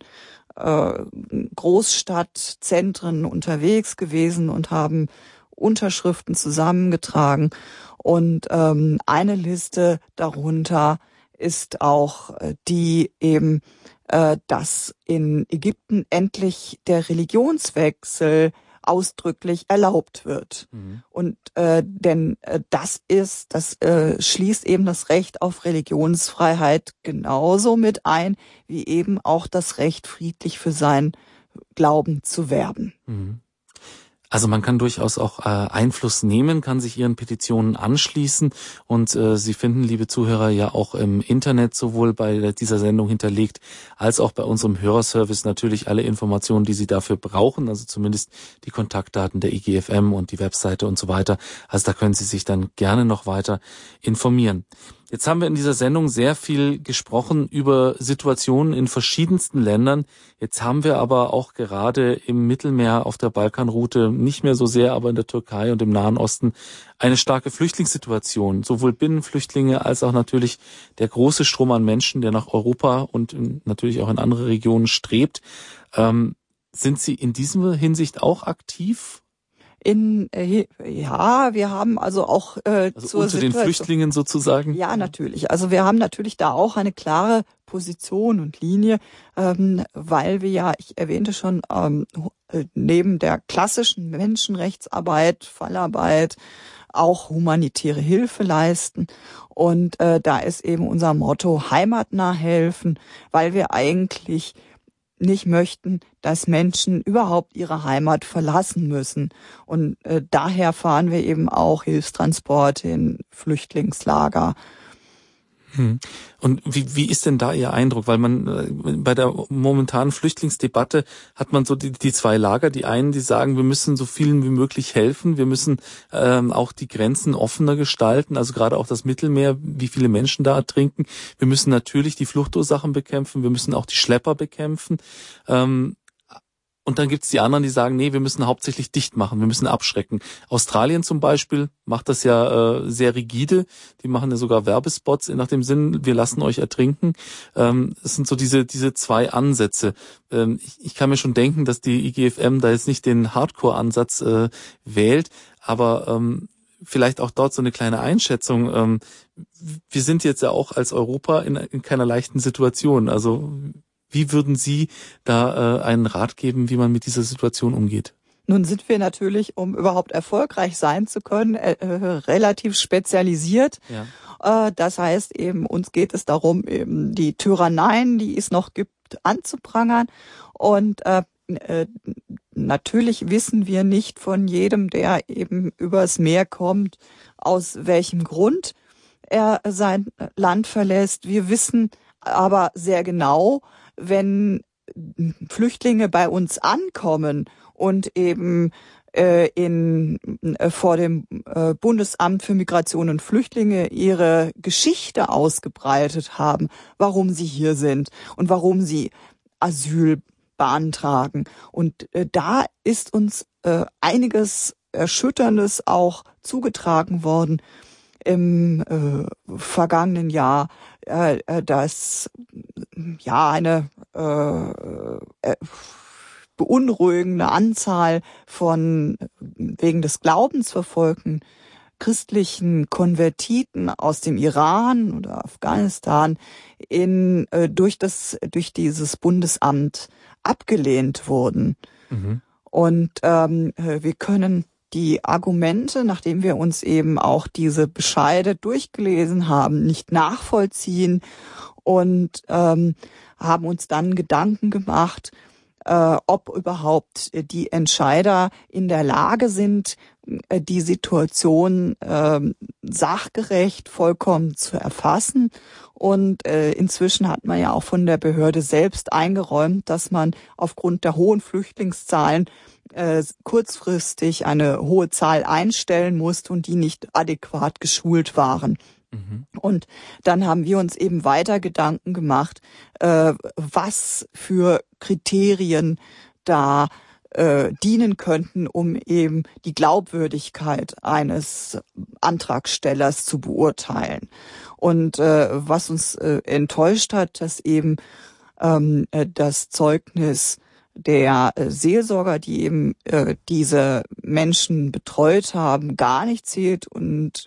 Großstadtzentren unterwegs gewesen und haben Unterschriften zusammengetragen. Und eine Liste darunter ist auch die eben, dass in Ägypten endlich der Religionswechsel ausdrücklich erlaubt wird. Und denn das schließt eben das Recht auf Religionsfreiheit genauso mit ein, wie eben auch das Recht, friedlich für seinen Glauben zu werben. Also man kann durchaus auch Einfluss nehmen, kann sich Ihren Petitionen anschließen und Sie finden, liebe Zuhörer, ja auch im Internet sowohl bei dieser Sendung hinterlegt als auch bei unserem Hörerservice natürlich alle Informationen, die Sie dafür brauchen, also zumindest die Kontaktdaten der IGFM und die Webseite und so weiter. Also da können Sie sich dann gerne noch weiter informieren. Jetzt haben wir in dieser Sendung sehr viel gesprochen über Situationen in verschiedensten Ländern. Jetzt haben wir aber auch gerade im Mittelmeer auf der Balkanroute, nicht mehr so sehr, aber in der Türkei und im Nahen Osten, eine starke Flüchtlingssituation. Sowohl Binnenflüchtlinge als auch natürlich der große Strom an Menschen, der nach Europa und natürlich auch in andere Regionen strebt. Sind Sie in dieser Hinsicht auch aktiv? Ja, wir haben also auch zur unter den Flüchtlingen sozusagen. Ja, natürlich. Also wir haben natürlich da auch eine klare Position und Linie, weil wir ja, ich erwähnte schon, neben der klassischen Menschenrechtsarbeit, Fallarbeit auch humanitäre Hilfe leisten. Und da ist eben unser Motto heimatnah helfen, weil wir eigentlich nicht möchten, dass Menschen überhaupt ihre Heimat verlassen müssen. Und daher fahren wir eben auch Hilfstransporte in Flüchtlingslager. Und wie ist denn da Ihr Eindruck? Weil man bei der momentanen Flüchtlingsdebatte hat man so die zwei Lager. Die einen, die sagen, wir müssen so vielen wie möglich helfen. Wir müssen auch die Grenzen offener gestalten, also gerade auch das Mittelmeer, wie viele Menschen da ertrinken. Wir müssen natürlich die Fluchtursachen bekämpfen. Wir müssen auch die Schlepper bekämpfen. Und dann gibt's die anderen, die sagen, nee, wir müssen hauptsächlich dicht machen, wir müssen abschrecken. Australien zum Beispiel macht das ja sehr rigide. Die machen ja sogar Werbespots nach dem Sinn, wir lassen euch ertrinken. Es sind so diese zwei Ansätze. Ich kann mir schon denken, dass die IGFM da jetzt nicht den Hardcore-Ansatz wählt, aber vielleicht auch dort so eine kleine Einschätzung. Wir sind jetzt ja auch als Europa in keiner leichten Situation. Also wie würden Sie da einen Rat geben, wie man mit dieser Situation umgeht? Nun sind wir natürlich, um überhaupt erfolgreich sein zu können, relativ spezialisiert. Ja. Das heißt eben, uns geht es darum, eben die Tyranneien, die es noch gibt, anzuprangern. Und natürlich wissen wir nicht von jedem, der eben übers Meer kommt, aus welchem Grund er sein Land verlässt. Wir wissen aber sehr genau, wenn Flüchtlinge bei uns ankommen und eben vor dem Bundesamt für Migration und Flüchtlinge ihre Geschichte ausgebreitet haben, warum sie hier sind und warum sie Asyl beantragen. Und da ist uns einiges Erschütterndes auch zugetragen worden im vergangenen Jahr, dass ja eine beunruhigende Anzahl von wegen des Glaubens verfolgten christlichen Konvertiten aus dem Iran oder Afghanistan durch dieses Bundesamt abgelehnt wurden. Mhm. Und wir können die Argumente, nachdem wir uns eben auch diese Bescheide durchgelesen haben, nicht nachvollziehen und haben uns dann Gedanken gemacht, ob überhaupt die Entscheider in der Lage sind, die Situation sachgerecht vollkommen zu erfassen. Und inzwischen hat man ja auch von der Behörde selbst eingeräumt, dass man aufgrund der hohen Flüchtlingszahlen kurzfristig eine hohe Zahl einstellen musste und die nicht adäquat geschult waren. Mhm. Und dann haben wir uns eben weiter Gedanken gemacht, was für Kriterien da dienen könnten, um eben die Glaubwürdigkeit eines Antragstellers zu beurteilen. Und was uns enttäuscht hat, dass eben das Zeugnis der Seelsorger, die eben diese Menschen betreut haben, gar nicht zählt und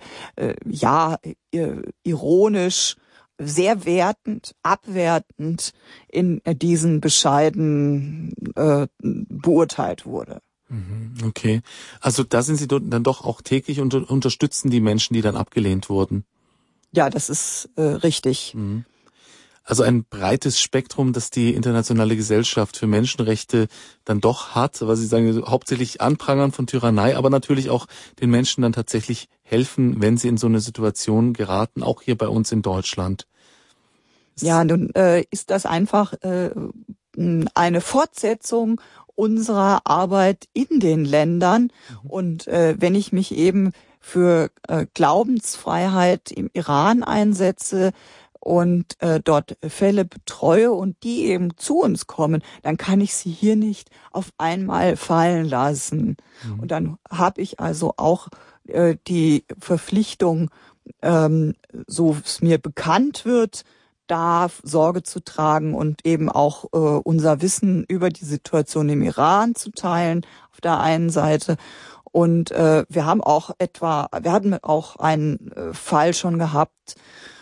ironisch, sehr wertend, abwertend in diesen Bescheiden beurteilt wurde. Okay, also da sind Sie dann doch auch täglich und unterstützen die Menschen, die dann abgelehnt wurden. Ja, das ist richtig. Mhm. Also ein breites Spektrum, das die Internationale Gesellschaft für Menschenrechte dann doch hat, weil Sie sagen, hauptsächlich Anprangern von Tyrannei, aber natürlich auch den Menschen dann tatsächlich helfen, wenn sie in so eine Situation geraten, auch hier bei uns in Deutschland. Ja, nun ist das einfach eine Fortsetzung unserer Arbeit in den Ländern. Und wenn ich mich eben für Glaubensfreiheit im Iran einsetze und dort Fälle betreue und die eben zu uns kommen, dann kann ich sie hier nicht auf einmal fallen lassen. Und dann habe ich also auch die Verpflichtung, so es mir bekannt wird, da Sorge zu tragen und eben auch unser Wissen über die Situation im Iran zu teilen auf der einen Seite. Und wir hatten auch einen Fall schon gehabt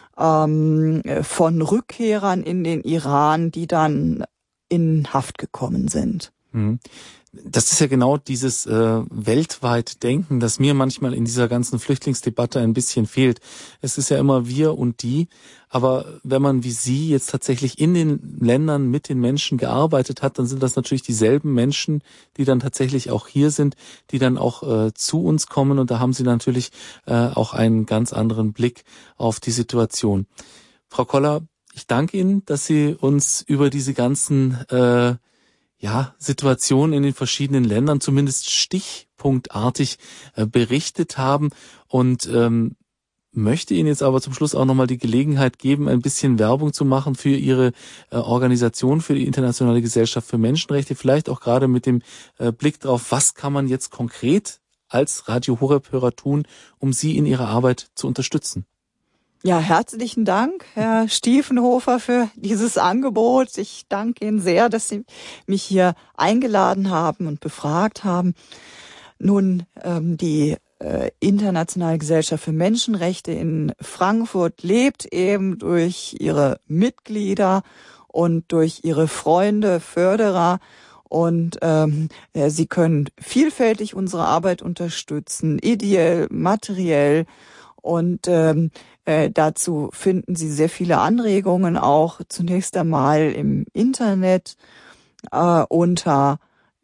von Rückkehrern in den Iran, die dann in Haft gekommen sind. Das ist ja genau dieses weltweit Denken, das mir manchmal in dieser ganzen Flüchtlingsdebatte ein bisschen fehlt. Es ist ja immer wir und die, aber wenn man wie Sie jetzt tatsächlich in den Ländern mit den Menschen gearbeitet hat, dann sind das natürlich dieselben Menschen, die dann tatsächlich auch hier sind, die dann auch zu uns kommen, und da haben Sie natürlich auch einen ganz anderen Blick auf die Situation. Frau Koller, ich danke Ihnen, dass Sie uns über diese ganzen Situationen in den verschiedenen Ländern zumindest stichpunktartig berichtet haben, und möchte Ihnen jetzt aber zum Schluss auch nochmal die Gelegenheit geben, ein bisschen Werbung zu machen für Ihre Organisation, für die Internationale Gesellschaft für Menschenrechte, vielleicht auch gerade mit dem Blick drauf, was kann man jetzt konkret als Radio Horeb-Hörer tun, um Sie in Ihrer Arbeit zu unterstützen. Ja, herzlichen Dank, Herr Stiefenhofer, für dieses Angebot. Ich danke Ihnen sehr, dass Sie mich hier eingeladen haben und befragt haben. Nun, die Internationale Gesellschaft für Menschenrechte in Frankfurt lebt eben durch ihre Mitglieder und durch ihre Freunde, Förderer. Und sie können vielfältig unsere Arbeit unterstützen, ideell, materiell. Und dazu finden Sie sehr viele Anregungen auch zunächst einmal im Internet unter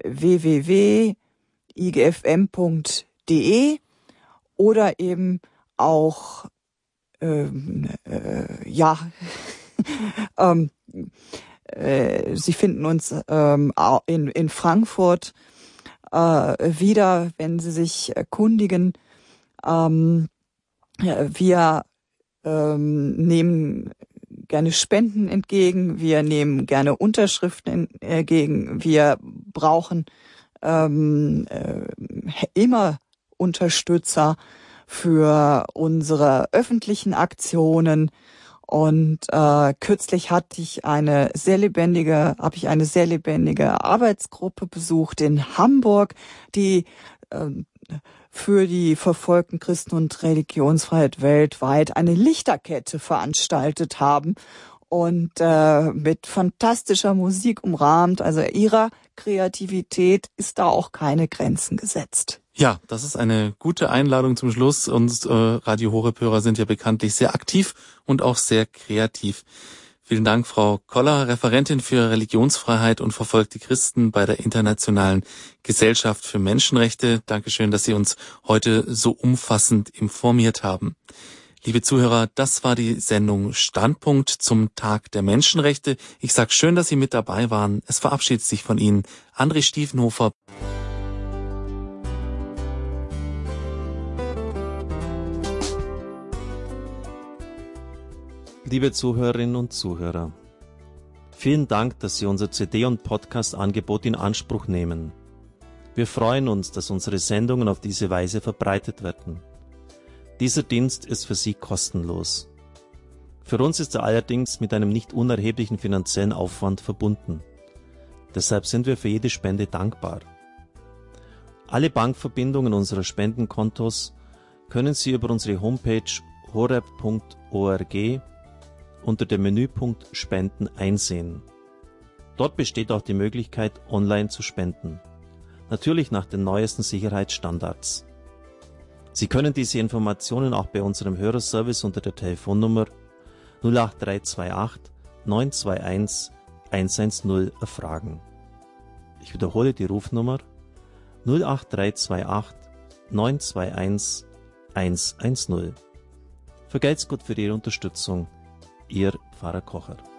www.igfm.de oder eben auch Sie finden uns in Frankfurt wieder, wenn Sie sich erkundigen. Wir nehmen gerne Spenden entgegen, wir nehmen gerne Unterschriften entgegen. Wir brauchen immer Unterstützer für unsere öffentlichen Aktionen. Und kürzlich habe ich eine sehr lebendige Arbeitsgruppe besucht in Hamburg, die für die verfolgten Christen und Religionsfreiheit weltweit eine Lichterkette veranstaltet haben und mit fantastischer Musik umrahmt. Also ihrer Kreativität ist da auch keine Grenzen gesetzt. Ja, das ist eine gute Einladung zum Schluss. Und Radio Horeb-Hörer sind ja bekanntlich sehr aktiv und auch sehr kreativ. Vielen Dank, Frau Koller, Referentin für Religionsfreiheit und verfolgte Christen bei der Internationalen Gesellschaft für Menschenrechte. Dankeschön, dass Sie uns heute so umfassend informiert haben. Liebe Zuhörer, das war die Sendung Standpunkt zum Tag der Menschenrechte. Ich sage schön, dass Sie mit dabei waren. Es verabschiedet sich von Ihnen André Stiefenhofer. Liebe Zuhörerinnen und Zuhörer, vielen Dank, dass Sie unser CD- und Podcast-Angebot in Anspruch nehmen. Wir freuen uns, dass unsere Sendungen auf diese Weise verbreitet werden. Dieser Dienst ist für Sie kostenlos. Für uns ist er allerdings mit einem nicht unerheblichen finanziellen Aufwand verbunden. Deshalb sind wir für jede Spende dankbar. Alle Bankverbindungen unserer Spendenkontos können Sie über unsere Homepage horeb.org unter dem Menüpunkt Spenden einsehen. Dort besteht auch die Möglichkeit, online zu spenden. Natürlich nach den neuesten Sicherheitsstandards. Sie können diese Informationen auch bei unserem Hörerservice unter der Telefonnummer 08328 921 110 erfragen. Ich wiederhole die Rufnummer 08328 921 110. Vergelt's Gott für Ihre Unterstützung. Ihr Pfarrer Kocher.